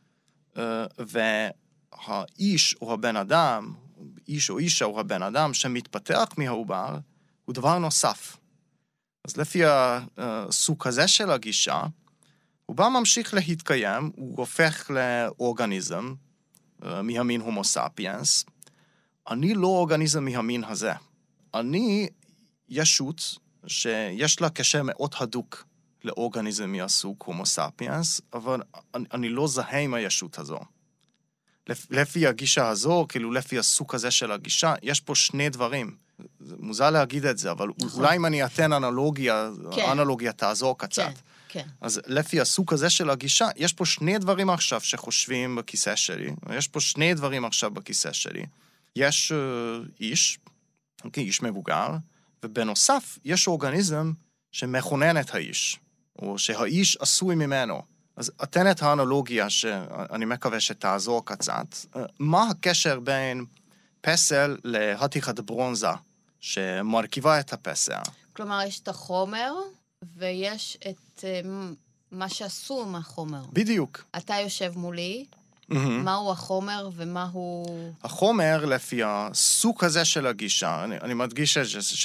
והאיש או הבן אדם, איש או אישה או הבן אדם שמתפתח מהעובר, הוא דבר נוסף. אז לפי הסוג הזה של הגישה, העובר ממשיך להתקיים, הוא הופך לאורגניזם, מהמין הומו ספיאנס. אני לא אורגניזם מהמין הזה. אני ישות שיש לה קשר מאוד הדוק לאורגניזם מהסוג הומו ספיאנס, אבל אני, אני לא זהה עם הישות הזו. לפי הגישה הזו, כאילו לפי הסוג הזה של הגישה, יש פה שני דברים. זה מוזר להגיד את זה, אבל נכון. אולי אם אני אתן אנלוגיה, כן. אנלוגיה תעזור קצת. כן. כן. אז לפי הסוג הזה של הגישה, יש פה שני דברים עכשיו שחושבים בכיסא שלי, יש פה שני דברים עכשיו בכיסא שלי. יש uh, איש, אוקיי, איש מבוגר, ובנוסף יש אורגניזם שמכונן את האיש, או שהאיש עשוי ממנו. אז אתן את האנלוגיה שאני מקווה שתעזור קצת. מה הקשר בין פסל להתכת ברונזה שמרכיבה את הפסל? כלומר, יש את החומר, ויש את uh, מה שעשו מהחומר. בדיוק. אתה יושב מולי, mm-hmm. מהו החומר ומהו... החומר, לפי הסוג הזה של הגישה, אני, אני מדגיש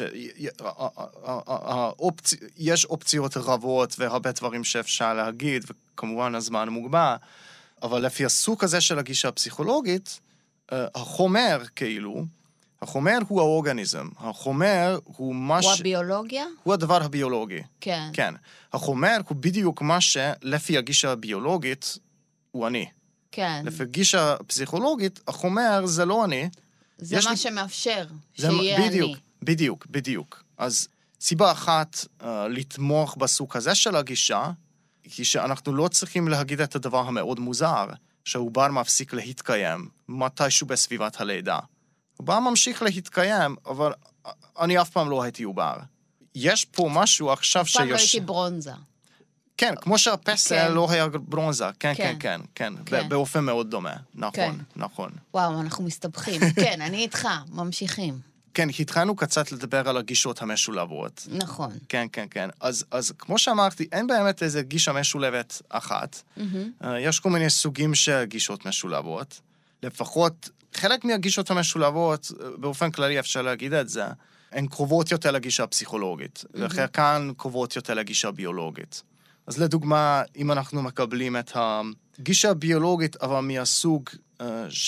שיש אופציות רבות והרבה דברים שאפשר להגיד, וכמובן הזמן מוגבל, אבל לפי הסוג הזה של הגישה הפסיכולוגית, החומר כאילו, החומר הוא האורגניזם. החומר הוא מה ש... הוא הביולוגיה? הוא הדבר הביולוגי. כן. כן. החומר הוא בדיוק מה שלפי הגישה הביולוגית הוא אני. כן. לפי הגישה הפסיכולוגית, החומר זה לא אני. זה מה לי... שמאפשר זה... שיהיה בדיוק, אני. בדיוק, בדיוק. אז סיבה אחת uh, לתמוך בסוג הזה של הגישה, היא שאנחנו לא צריכים להגיד את הדבר המאוד מוזר, שהעובר מפסיק להתקיים מתישהו בסביבת הלידה. העובר ממשיך להתקיים, אבל אני אף פעם לא הייתי עובר. יש פה משהו עכשיו שיש... אף פעם לא הייתי ברונזה. כן, כמו שהפסל לא היה ברונזה. כן, כן, כן, כן. באופן מאוד דומה. נכון, נכון. וואו, אנחנו מסתבכים. כן, אני איתך, ממשיכים. כן, התחלנו קצת לדבר על הגישות המשולבות. נכון. כן, כן, כן. אז, אז כמו שאמרתי, אין באמת איזו גישה משולבת אחת. Mm-hmm. יש כל מיני סוגים של גישות משולבות. לפחות חלק מהגישות המשולבות, באופן כללי אפשר להגיד את זה, הן קרובות יותר לגישה הפסיכולוגית, mm-hmm. וחלקן קרובות יותר לגישה ביולוגית. אז לדוגמה, אם אנחנו מקבלים את הגישה הביולוגית, אבל מהסוג uh,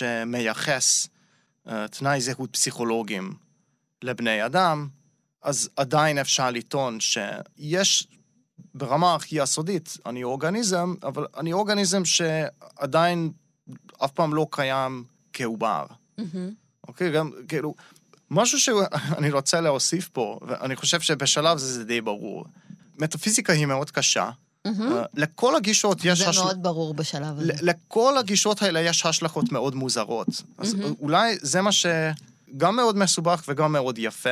שמייחס uh, תנאי זהות פסיכולוגיים לבני אדם, אז עדיין אפשר לטעון שיש ברמה הכי יסודית, אני אורגניזם, אבל אני אורגניזם שעדיין אף פעם לא קיים כעובר. Mm-hmm. אוקיי? גם, כאילו, משהו שאני רוצה להוסיף פה, ואני חושב שבשלב זה זה די ברור. מטאפיזיקה היא מאוד קשה. Mm-hmm. Uh, לכל הגישות יש... זה השל... מאוד ברור בשלב הזה. לכל הגישות האלה יש השלכות מאוד מוזרות. אז mm-hmm. אולי זה מה שגם מאוד מסובך וגם מאוד יפה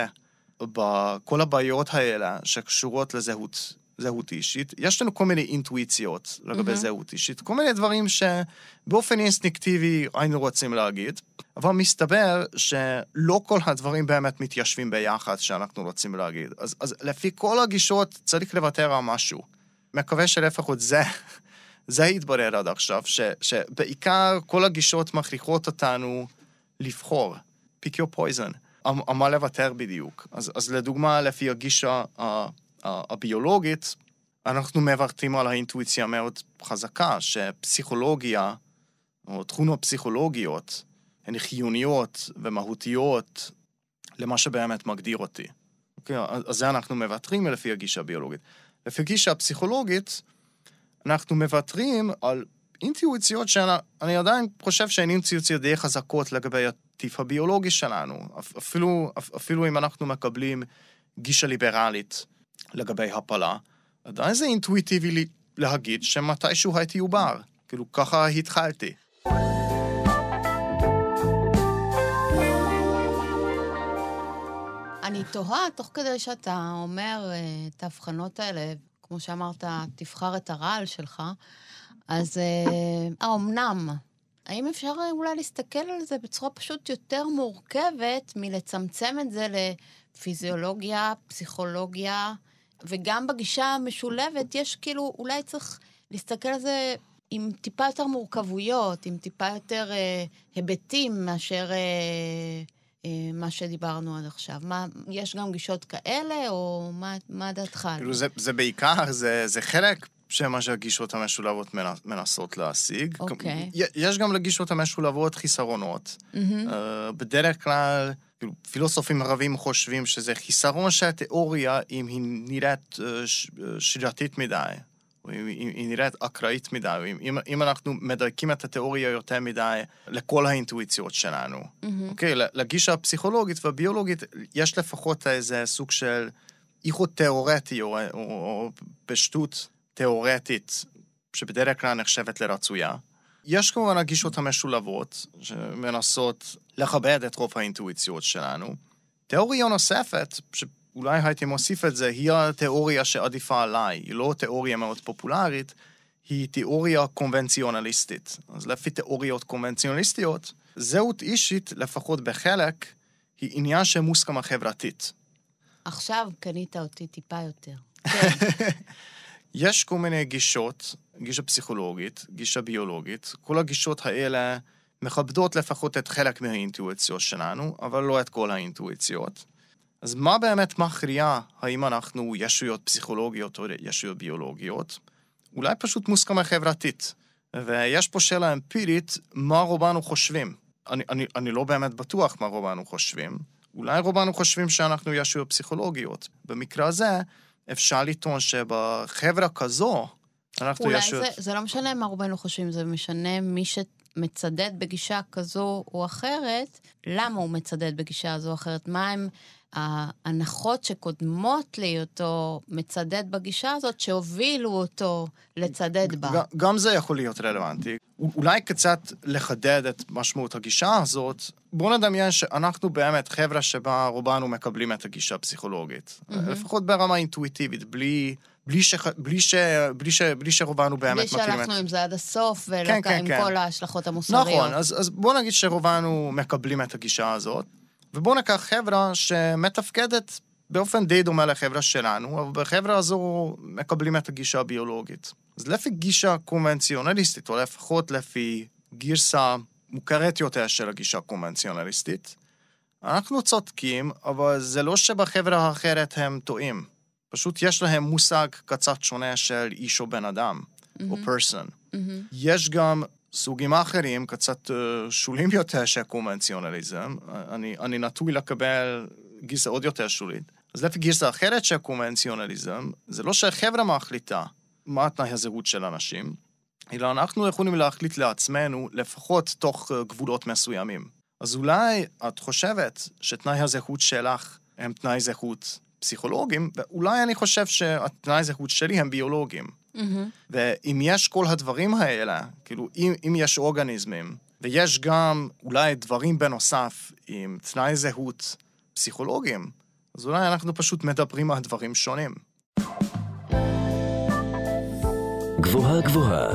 בכל הבעיות האלה שקשורות לזהות זהות אישית. יש לנו כל מיני אינטואיציות לגבי mm-hmm. זהות אישית, כל מיני דברים שבאופן אינסטינקטיבי היינו רוצים להגיד, אבל מסתבר שלא כל הדברים באמת מתיישבים ביחד שאנחנו רוצים להגיד. אז, אז לפי כל הגישות צריך לוותר על משהו. מקווה שלפחות זה, זה יתברר עד עכשיו, ש, שבעיקר כל הגישות מכריחות אותנו לבחור. pick your poison. מה לוותר בדיוק. אז, אז לדוגמה, לפי הגישה הביולוגית, אנחנו מברתים על האינטואיציה מאוד חזקה, שפסיכולוגיה, או תכונות פסיכולוגיות, הן חיוניות ומהותיות למה שבאמת מגדיר אותי. אוקיי? אז זה אנחנו מבטרים לפי הגישה הביולוגית. לפי הגישה הפסיכולוגית, אנחנו מבטרים על אינטואיציות שאני עדיין חושב שהן אינטואיציות די חזקות לגבי הטיפ הביולוגי שלנו. אפילו, אפילו אם אנחנו מקבלים גישה ליברלית לגבי הפלה, עדיין זה אינטואיטיבי לי להגיד שמתישהו הייתי עובר. כאילו, ככה התחלתי. אני תוהה, תוך כדי שאתה אומר את ההבחנות האלה, כמו שאמרת, תבחר את הרעל שלך, אז האומנם, האם אפשר אולי להסתכל על זה בצורה פשוט יותר מורכבת מלצמצם את זה לפיזיולוגיה, פסיכולוגיה, וגם בגישה המשולבת יש כאילו, אולי צריך להסתכל על זה עם טיפה יותר מורכבויות, עם טיפה יותר אה, היבטים מאשר אה, אה, מה שדיברנו עד עכשיו. מה, יש גם גישות כאלה, או מה, מה דעתך? כאילו זה, זה בעיקר, זה, זה חלק שמה שהגישות המשולבות מנסות להשיג. אוקיי. יש גם לגישות המשולבות חיסרונות. Mm-hmm. Uh, בדרך כלל, כאילו, פילוסופים ערבים חושבים שזה חיסרון שהתיאוריה, אם היא נראית uh, ש, uh, שרירתית מדי, או אם היא נראית אקראית מדי, או אם, אם אנחנו מדייקים את התיאוריה יותר מדי לכל האינטואיציות שלנו. Mm-hmm. אוקיי, לגישה הפסיכולוגית והביולוגית, יש לפחות איזה סוג של איכות תיאורטי, או, או, או פשטות תיאורטית, שבדרך כלל נחשבת לרצויה. יש כמובן הגישות המשולבות, שמנסות לכבד את רוב האינטואיציות שלנו. תיאוריה נוספת, שאולי הייתי מוסיף את זה, היא התיאוריה שעדיפה עליי. היא לא תיאוריה מאוד פופולרית, היא תיאוריה קונבנציונליסטית. אז לפי תיאוריות קונבנציונליסטיות, זהות אישית, לפחות בחלק, היא עניין של מוסכמה חברתית. עכשיו קנית אותי טיפה יותר. יש כל מיני גישות, גישה פסיכולוגית, גישה ביולוגית. כל הגישות האלה מכבדות לפחות את חלק מהאינטואיציות שלנו, אבל לא את כל האינטואיציות. אז מה באמת מכריע האם אנחנו ישויות פסיכולוגיות או ישויות ביולוגיות? אולי פשוט מוסכמה חברתית. ויש פה שאלה אמפירית, מה רובנו חושבים? אני, אני, אני לא באמת בטוח מה רובנו חושבים. אולי רובנו חושבים שאנחנו ישויות פסיכולוגיות. במקרה הזה, אפשר לטעון שבחברה כזו, אנחנו אולי ישויות... זה, זה לא משנה מה רובנו חושבים, זה משנה מי שמצדד בגישה כזו או אחרת, למה הוא מצדד בגישה הזו או אחרת, מה הם ההנחות שקודמות להיותו מצדד בגישה הזאת, שהובילו אותו לצדד בה. גם זה יכול להיות רלוונטי. אולי קצת לחדד את משמעות הגישה הזאת, בואו נדמיין שאנחנו באמת חבר'ה שבה רובנו מקבלים את הגישה הפסיכולוגית. לפחות ברמה אינטואיטיבית, בלי... בלי, ש... בלי, ש... בלי, ש... בלי שרובנו באמת מכירים את... בלי שהלכנו עם זה עד הסוף, ולא כן, כן, עם כן. כל ההשלכות המוסריות. נכון, אז, אז בואו נגיד שרובנו מקבלים את הגישה הזאת, ובואו ניקח חברה שמתפקדת באופן די דומה לחברה שלנו, אבל בחברה הזו מקבלים את הגישה הביולוגית. אז לפי גישה קונבנציונליסטית, או לפחות לפי גרסה מוכרת יותר של הגישה הקונבנציונליסטית, אנחנו צודקים, אבל זה לא שבחברה האחרת הם טועים. פשוט יש להם מושג קצת שונה של איש או בן אדם, mm-hmm. או פרסון. Mm-hmm. יש גם סוגים אחרים, קצת uh, שולים יותר של קונבנציונליזם. אני, אני נטוי לקבל גרסה עוד יותר שולית. אז לפי גרסה אחרת של קונבנציונליזם, זה לא שהחברה מחליטה מה התנאי הזהות של אנשים, אלא אנחנו יכולים להחליט לעצמנו לפחות תוך uh, גבולות מסוימים. אז אולי את חושבת שתנאי הזהות שלך הם תנאי זהות פסיכולוגים, ואולי אני חושב שהתנאי זהות שלי הם ביולוגיים. Mm-hmm. ואם יש כל הדברים האלה, כאילו, אם, אם יש אורגניזמים, ויש גם אולי דברים בנוסף עם תנאי זהות פסיכולוגיים, אז אולי אנחנו פשוט מדברים על דברים שונים. גבוהה גבוהה.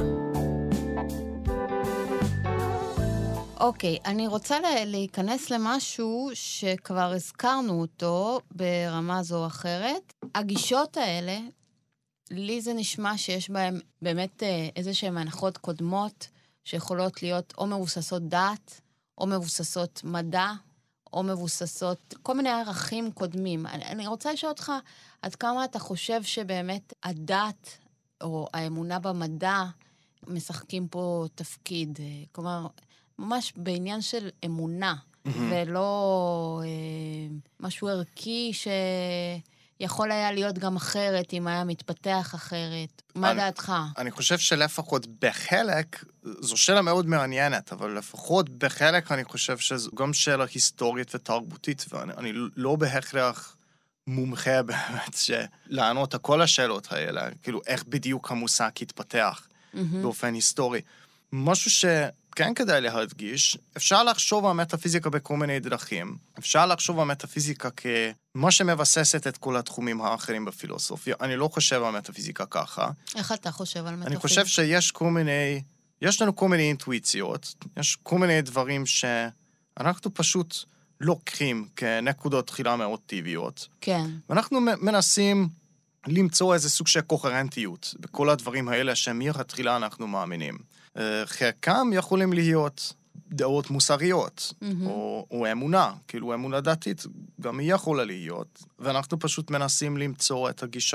אוקיי, אני רוצה להיכנס למשהו שכבר הזכרנו אותו ברמה זו או אחרת. הגישות האלה, לי זה נשמע שיש בהם באמת איזה שהן הנחות קודמות, שיכולות להיות או מבוססות דת, או מבוססות מדע, או מבוססות כל מיני ערכים קודמים. אני, אני רוצה לשאול אותך, עד כמה אתה חושב שבאמת הדת, או האמונה במדע, משחקים פה תפקיד? כלומר, ממש בעניין של אמונה, mm-hmm. ולא אה, משהו ערכי יכול היה להיות גם אחרת, אם היה מתפתח אחרת? מה אני, דעתך? אני חושב שלפחות בחלק, זו שאלה מאוד מעניינת, אבל לפחות בחלק אני חושב שזו גם שאלה היסטורית ותרבותית, ואני אני לא בהכרח מומחה באמת שלענות על כל השאלות האלה, כאילו איך בדיוק המושג התפתח mm-hmm. באופן היסטורי. משהו שכן כדאי להדגיש, אפשר לחשוב על מטאפיזיקה בכל מיני דרכים. אפשר לחשוב על מטאפיזיקה כמה שמבססת את כל התחומים האחרים בפילוסופיה. אני לא חושב על מטאפיזיקה ככה. איך אתה חושב על מטאפיזיקה? אני חושב שיש כל מיני, יש לנו כל מיני אינטואיציות, יש כל מיני דברים שאנחנו פשוט לוקחים כנקודות תחילה מאוד טבעיות. כן. ואנחנו מנסים למצוא איזה סוג של קוהרנטיות בכל הדברים האלה שמלכתחילה אנחנו מאמינים. חלקם יכולים להיות דעות מוסריות, mm-hmm. או, או אמונה, כאילו אמונה דתית, גם היא יכולה להיות, ואנחנו פשוט מנסים למצוא את הגישה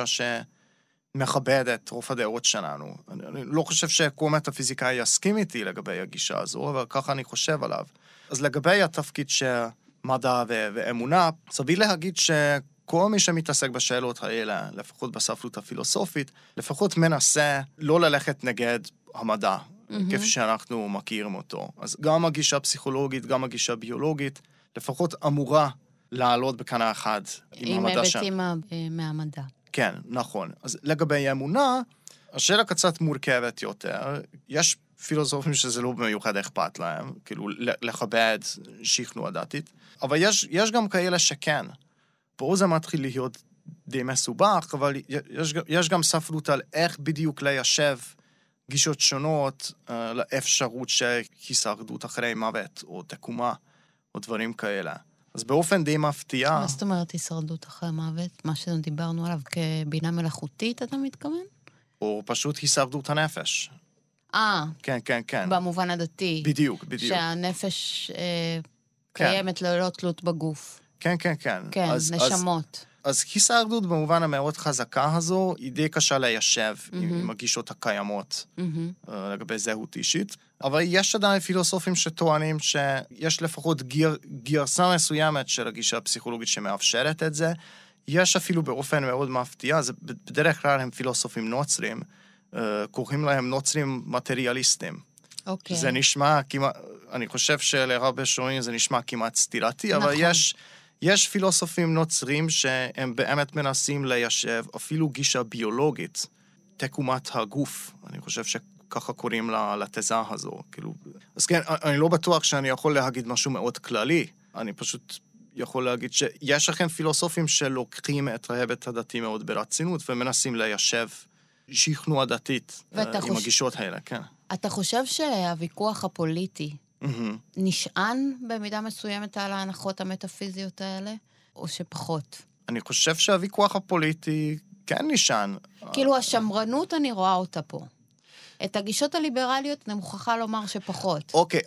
שמכבדת את רוב הדעות שלנו. אני, אני לא חושב שכל מטאפיזיקאי יסכים איתי לגבי הגישה הזו, אבל ככה אני חושב עליו. אז לגבי התפקיד שמדע ו- ואמונה, סביר להגיד ש... כל מי שמתעסק בשאלות האלה, לפחות בספרות הפילוסופית, לפחות מנסה לא ללכת נגד המדע, mm-hmm. כפי שאנחנו מכירים אותו. אז גם הגישה הפסיכולוגית, גם הגישה הביולוגית, לפחות אמורה לעלות בקנה אחד עם המדע שם. עם היבטים מהמדע. כן, נכון. אז לגבי אמונה, השאלה קצת מורכבת יותר. יש פילוסופים שזה לא במיוחד אכפת להם, כאילו לכבד שכנוע דתית, אבל יש, יש גם כאלה שכן. פה זה מתחיל להיות די מסובך, אבל יש, יש גם ספרות על איך בדיוק ליישב גישות שונות uh, לאפשרות של הישרדות אחרי מוות, או תקומה, או דברים כאלה. אז באופן די מפתיע... מה זאת אומרת הישרדות אחרי מוות? מה שדיברנו עליו כבינה מלאכותית, אתה מתכוון? או פשוט הישרדות הנפש. אה. כן, כן, כן. במובן הדתי. בדיוק, בדיוק. שהנפש אה, כן. קיימת ללא תלות בגוף. כן, כן, כן. כן, אז, נשמות. אז, אז הישרדות במובן המאוד חזקה הזו, היא די קשה ליישב mm-hmm. עם, עם הגישות הקיימות mm-hmm. uh, לגבי זהות אישית, אבל יש עדיין פילוסופים שטוענים שיש לפחות גיר, גרסה מסוימת של הגישה הפסיכולוגית שמאפשרת את זה. יש אפילו באופן מאוד מפתיע, זה בדרך כלל הם פילוסופים נוצרים, uh, קוראים להם נוצרים מטריאליסטים. אוקיי. זה נשמע כמעט, אני חושב שלרבה שונים זה נשמע כמעט סתירתי, נכון. אבל יש... יש פילוסופים נוצרים שהם באמת מנסים ליישב אפילו גישה ביולוגית, תקומת הגוף. אני חושב שככה קוראים לתזה הזו. כאילו, אז כן, אני לא בטוח שאני יכול להגיד משהו מאוד כללי. אני פשוט יכול להגיד שיש לכם פילוסופים שלוקחים את ההיבט הדתי מאוד ברצינות, ומנסים ליישב שכנוע דתית עם חוש... הגישות האלה, כן. אתה חושב שהוויכוח הפוליטי, Mm-hmm. נשען במידה מסוימת על ההנחות המטאפיזיות האלה, או שפחות? אני חושב שהוויכוח הפוליטי כן נשען. כאילו השמרנות אני רואה אותה פה. את הגישות הליברליות אני מוכרחה לומר שפחות. אוקיי.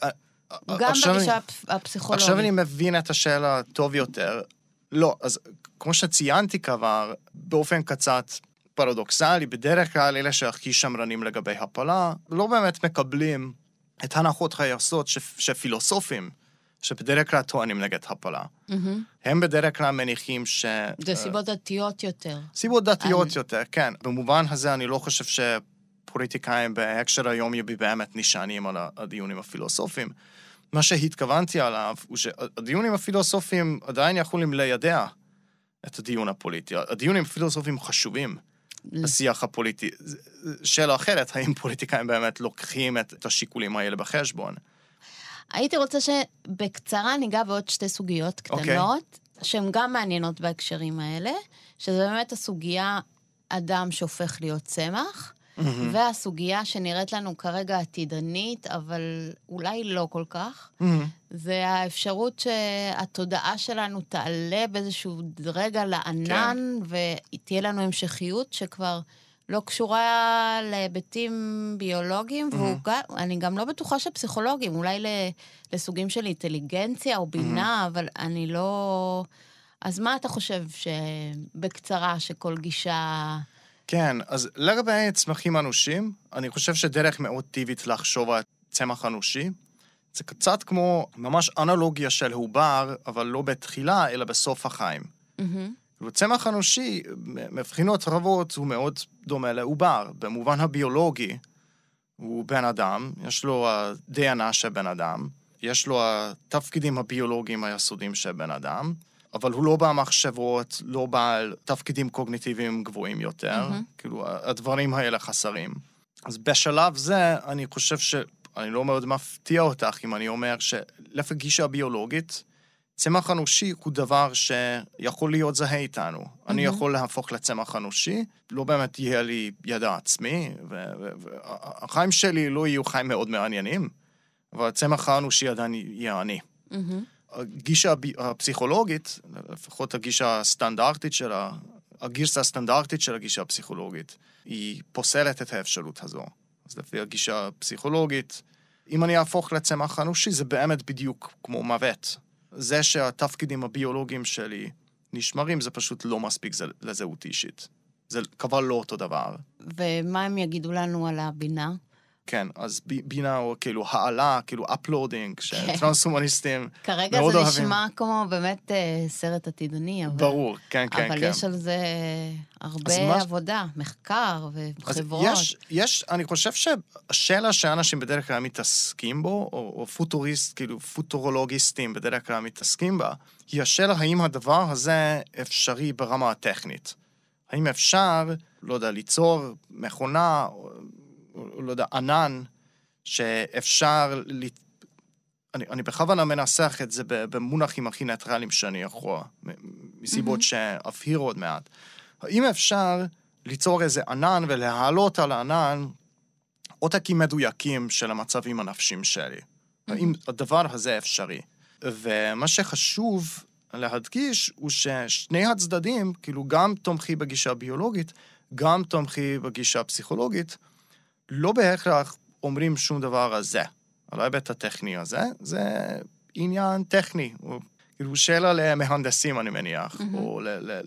גם בגישה אני, הפסיכולוגית. עכשיו אני מבין את השאלה טוב יותר. לא, אז כמו שציינתי כבר, באופן קצת פרדוקסלי, בדרך כלל אלה שהכי שמרנים לגבי הפלה, לא באמת מקבלים את הנחות היסוד שפילוסופים, שבדרך כלל טוענים נגד הפלה. Mm-hmm. הם בדרך כלל מניחים ש... זה סיבות דתיות יותר. סיבות דתיות אני... יותר, כן. במובן הזה אני לא חושב שפוליטיקאים בהקשר היומיומי באמת נשענים על הדיונים הפילוסופיים. מה שהתכוונתי עליו הוא שהדיונים הפילוסופיים עדיין יכולים לידע את הדיון הפוליטי. הדיונים הפילוסופיים חשובים. בשיח הפוליטי. שאלה אחרת, האם פוליטיקאים באמת לוקחים את השיקולים האלה בחשבון? הייתי רוצה שבקצרה ניגע בעוד שתי סוגיות קטנות, okay. שהן גם מעניינות בהקשרים האלה, שזה באמת הסוגיה אדם שהופך להיות צמח, mm-hmm. והסוגיה שנראית לנו כרגע עתידנית, אבל אולי לא כל כך, mm-hmm. זה האפשרות שהתודעה שלנו תעלה באיזשהו רגע לענן, כן. ותהיה לנו המשכיות שכבר לא קשורה להיבטים ביולוגיים, mm-hmm. ואני גם לא בטוחה שפסיכולוגים, אולי לסוגים של אינטליגנציה או בינה, mm-hmm. אבל אני לא... אז מה אתה חושב שבקצרה שכל גישה... כן, אז לגבי צמחים אנושים, אני חושב שדרך מאוד טבעית לחשוב על צמח אנושי, זה קצת כמו ממש אנלוגיה של עובר, אבל לא בתחילה, אלא בסוף החיים. Mm-hmm. צמח אנושי, מבחינות רבות, הוא מאוד דומה לעובר. במובן הביולוגי, הוא בן אדם, יש לו די אנה של בן אדם, יש לו התפקידים הביולוגיים היסודיים של בן אדם, אבל הוא לא במחשבות, לא בעל תפקידים קוגניטיביים גבוהים יותר, mm-hmm. כאילו, הדברים האלה חסרים. אז בשלב זה, אני חושב ש... אני לא מאוד מפתיע אותך אם אני אומר שלפי גישה ביולוגית, צמח אנושי הוא דבר שיכול להיות זהה איתנו. Mm-hmm. אני יכול להפוך לצמח אנושי, לא באמת יהיה לי ידע עצמי, והחיים שלי לא יהיו חיים מאוד מעניינים, אבל הצמח האנושי עדיין יהיה אני. Mm-hmm. הגישה הפסיכולוגית, לפחות הגישה הסטנדרטית שלה, הגישה הסטנדרטית של הגישה הפסיכולוגית, היא פוסלת את האפשרות הזו. אז לפי הגישה הפסיכולוגית, אם אני אהפוך לצמח אנושי, זה באמת בדיוק כמו מוות. זה שהתפקידים הביולוגיים שלי נשמרים, זה פשוט לא מספיק לזהות אישית. זה כבר לא אותו דבר. ומה הם יגידו לנו על הבינה? כן, אז בינה או כאילו העלה, כאילו אפלודינג, שטרנס-הומניסטים כרגע זה נשמע כמו באמת סרט עתידני, אבל... ברור, כן, כן, כן. אבל יש על זה הרבה עבודה, מחקר וחברות. יש, יש, אני חושב שהשאלה שאנשים בדרך כלל מתעסקים בו, או פוטוריסט, כאילו פוטורולוגיסטים בדרך כלל מתעסקים בה, היא השאלה האם הדבר הזה אפשרי ברמה הטכנית. האם אפשר, לא יודע, ליצור מכונה, לא יודע, ענן, שאפשר, אני, אני בכוונה מנסח את זה במונחים הכי ניטרליים שאני יכול, מסיבות שאבהיר עוד מעט. האם אפשר ליצור איזה ענן ולהעלות על הענן עותקים מדויקים של המצבים הנפשיים שלי? האם הדבר הזה אפשרי? ומה שחשוב להדגיש הוא ששני הצדדים, כאילו גם תומכי בגישה ביולוגית, גם תומכי בגישה פסיכולוגית, לא בהכרח אומרים שום דבר על זה, על ההיבט הטכני הזה, זה עניין טכני, כאילו שאלה למהנדסים אני מניח, mm-hmm. או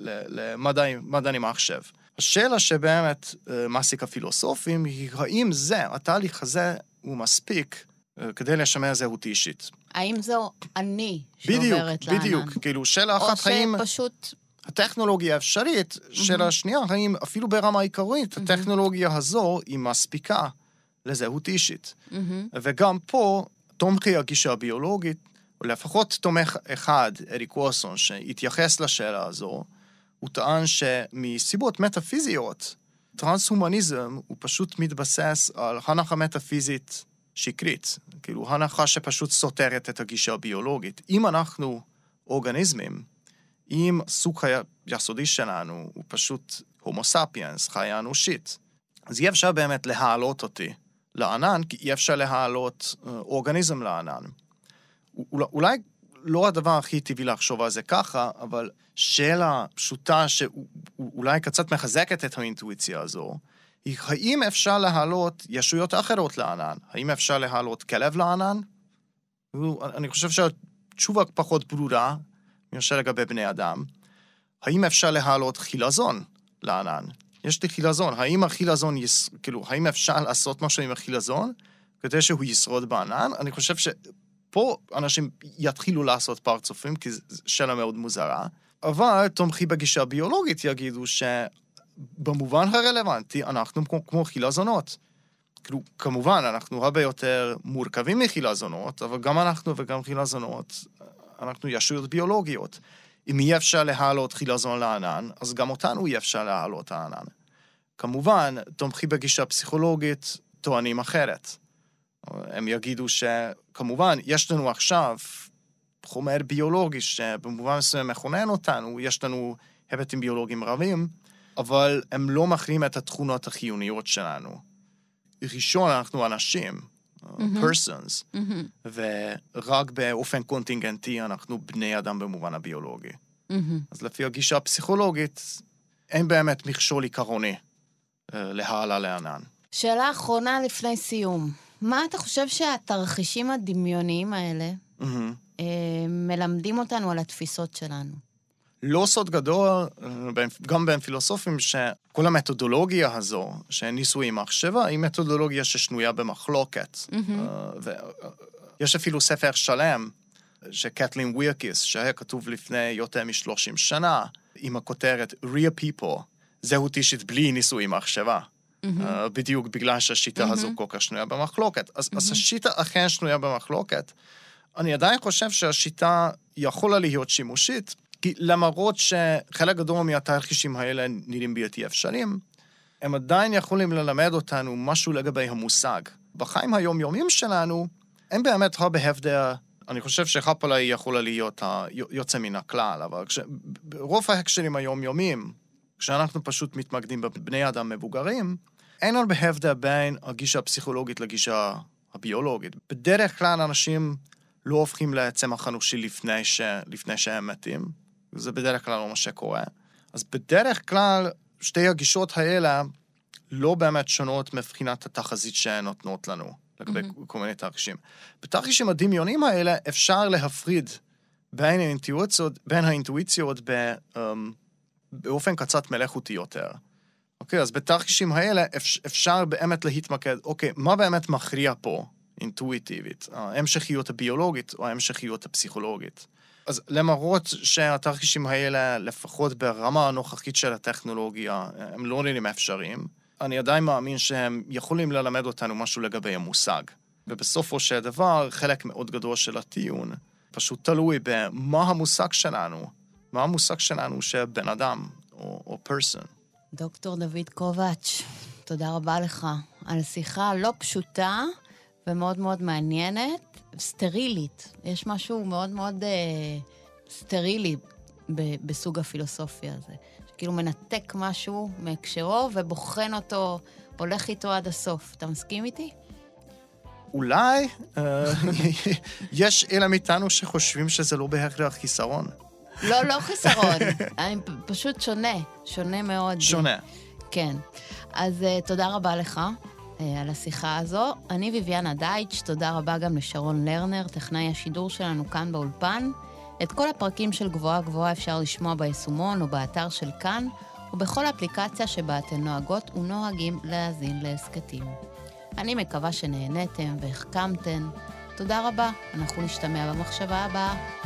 למדעני מחשב. השאלה שבאמת מעסיק הפילוסופים היא האם זה, התהליך הזה הוא מספיק כדי לשמר זהות אישית. האם זו אני שעוברת לענן? בדיוק, בדיוק, כאילו שאלה אחת האם... או שפשוט... הטכנולוגיה האפשרית של השנייה, האם אפילו ברמה העיקרית, הטכנולוגיה הזו היא מספיקה לזהות אישית. וגם פה, תומכי הגישה הביולוגית, או לפחות תומך אחד, אריק וולסון, שהתייחס לשאלה הזו, הוא טען שמסיבות מטאפיזיות, טרנס-הומניזם הוא פשוט מתבסס על הנחה מטאפיזית שקרית, כאילו הנחה שפשוט סותרת את הגישה הביולוגית. אם אנחנו אורגניזמים, אם סוג חיה יסודי שלנו הוא פשוט הומו ספיאנס, חיה אנושית, אז אי אפשר באמת להעלות אותי לענן, כי אי אפשר להעלות אורגניזם לענן. אולי לא הדבר הכי טבעי לחשוב על זה ככה, אבל שאלה פשוטה שאולי קצת מחזקת את האינטואיציה הזו, היא האם אפשר להעלות ישויות אחרות לענן? האם אפשר להעלות כלב לענן? אני חושב שהתשובה פחות ברורה, מאשר לגבי בני אדם. האם אפשר להעלות חילזון לענן? יש לי חילזון. האם החילזון, יש, כאילו, האם אפשר לעשות משהו עם החילזון כדי שהוא ישרוד בענן? אני חושב שפה אנשים יתחילו לעשות פרצופים, כי זו שאלה מאוד מוזרה. אבל תומכי בגישה ביולוגית יגידו שבמובן הרלוונטי אנחנו כמו, כמו חילזונות. כאילו, כמובן, אנחנו הרבה יותר מורכבים מחילזונות, אבל גם אנחנו וגם חילזונות, אנחנו ישויות ביולוגיות. אם אי אפשר להעלות חילזון לענן, אז גם אותנו אי אפשר להעלות הענן. כמובן, תומכי בגישה פסיכולוגית טוענים אחרת. הם יגידו שכמובן, יש לנו עכשיו חומר ביולוגי שבמובן מסוים מכונן אותנו, יש לנו היבטים ביולוגיים רבים, אבל הם לא מכירים את התכונות החיוניות שלנו. ראשון, אנחנו אנשים, persons, mm-hmm. ורק באופן קונטינגנטי אנחנו בני אדם במובן הביולוגי. Mm-hmm. אז לפי הגישה הפסיכולוגית, אין באמת מכשול עיקרוני uh, להעלה לענן. שאלה אחרונה לפני סיום. מה אתה חושב שהתרחישים הדמיוניים האלה mm-hmm. uh, מלמדים אותנו על התפיסות שלנו? לא סוד גדול, גם בין פילוסופים, שכל המתודולוגיה הזו, שניסוי עם מחשבה, היא מתודולוגיה ששנויה במחלוקת. Mm-hmm. ויש אפילו ספר שלם, שקטלין וירקיס, שהיה כתוב לפני יותר משלושים שנה, עם הכותרת Real People, זהות אישית בלי ניסוי מחשבה. Mm-hmm. Uh, בדיוק בגלל שהשיטה mm-hmm. הזו כל כך שנויה במחלוקת. אז, mm-hmm. אז השיטה אכן שנויה במחלוקת. אני עדיין חושב שהשיטה יכולה להיות שימושית, כי למרות שחלק גדול מהתרחישים האלה נראים בלתי אפשריים, הם עדיין יכולים ללמד אותנו משהו לגבי המושג. בחיים היומיומיים שלנו, אין באמת הרבה הבדל, אני חושב שהפלה היא יכולה להיות יוצא מן הכלל, אבל כש, ברוב ההקשרים היומיומיים, כשאנחנו פשוט מתמקדים בבני אדם מבוגרים, אין הרבה הבדל בין הגישה הפסיכולוגית לגישה הביולוגית. בדרך כלל אנשים לא הופכים לצמח אנושי לפני, ש... לפני שהם מתים, זה בדרך כלל לא מה שקורה. אז בדרך כלל שתי הגישות האלה לא באמת שונות מבחינת התחזית שהן נותנות לנו, לגבי mm-hmm. כל מיני תרחישים. בתרחישים הדמיונים האלה אפשר להפריד בין האינטואיציות, בין האינטואיציות ב, um, באופן קצת מלאכותי יותר. אוקיי, אז בתרחישים האלה אפשר באמת להתמקד, אוקיי, מה באמת מכריע פה אינטואיטיבית? ההמשכיות הביולוגית או ההמשכיות הפסיכולוגית? אז למרות שהתרחישים האלה, לפחות ברמה הנוכחית של הטכנולוגיה, הם לא נראים אפשריים, אני עדיין מאמין שהם יכולים ללמד אותנו משהו לגבי המושג. ובסופו של דבר, חלק מאוד גדול של הטיעון, פשוט תלוי במה המושג שלנו, מה המושג שלנו שבן אדם או, או person. דוקטור דוד קובץ', תודה רבה לך על שיחה לא פשוטה ומאוד מאוד מעניינת, סטרילית. יש משהו מאוד מאוד אה, סטרילי ב- בסוג הפילוסופיה הזה. שכאילו מנתק משהו מהקשרו ובוחן אותו, הולך איתו עד הסוף. אתה מסכים איתי? אולי יש אלה מאיתנו שחושבים שזה לא בהכרח חיסרון. לא, לא חיסרון. אני פשוט שונה, שונה מאוד. שונה. כן. אז תודה רבה לך על השיחה הזו. אני ויביאנה דייטש, תודה רבה גם לשרון לרנר, טכנאי השידור שלנו כאן באולפן. את כל הפרקים של גבוהה גבוהה אפשר לשמוע ביישומון או באתר של כאן, ובכל אפליקציה שבה אתן נוהגות ונוהגים להאזין להסקטים. אני מקווה שנהנתם והחכמתן. תודה רבה, אנחנו נשתמע במחשבה הבאה.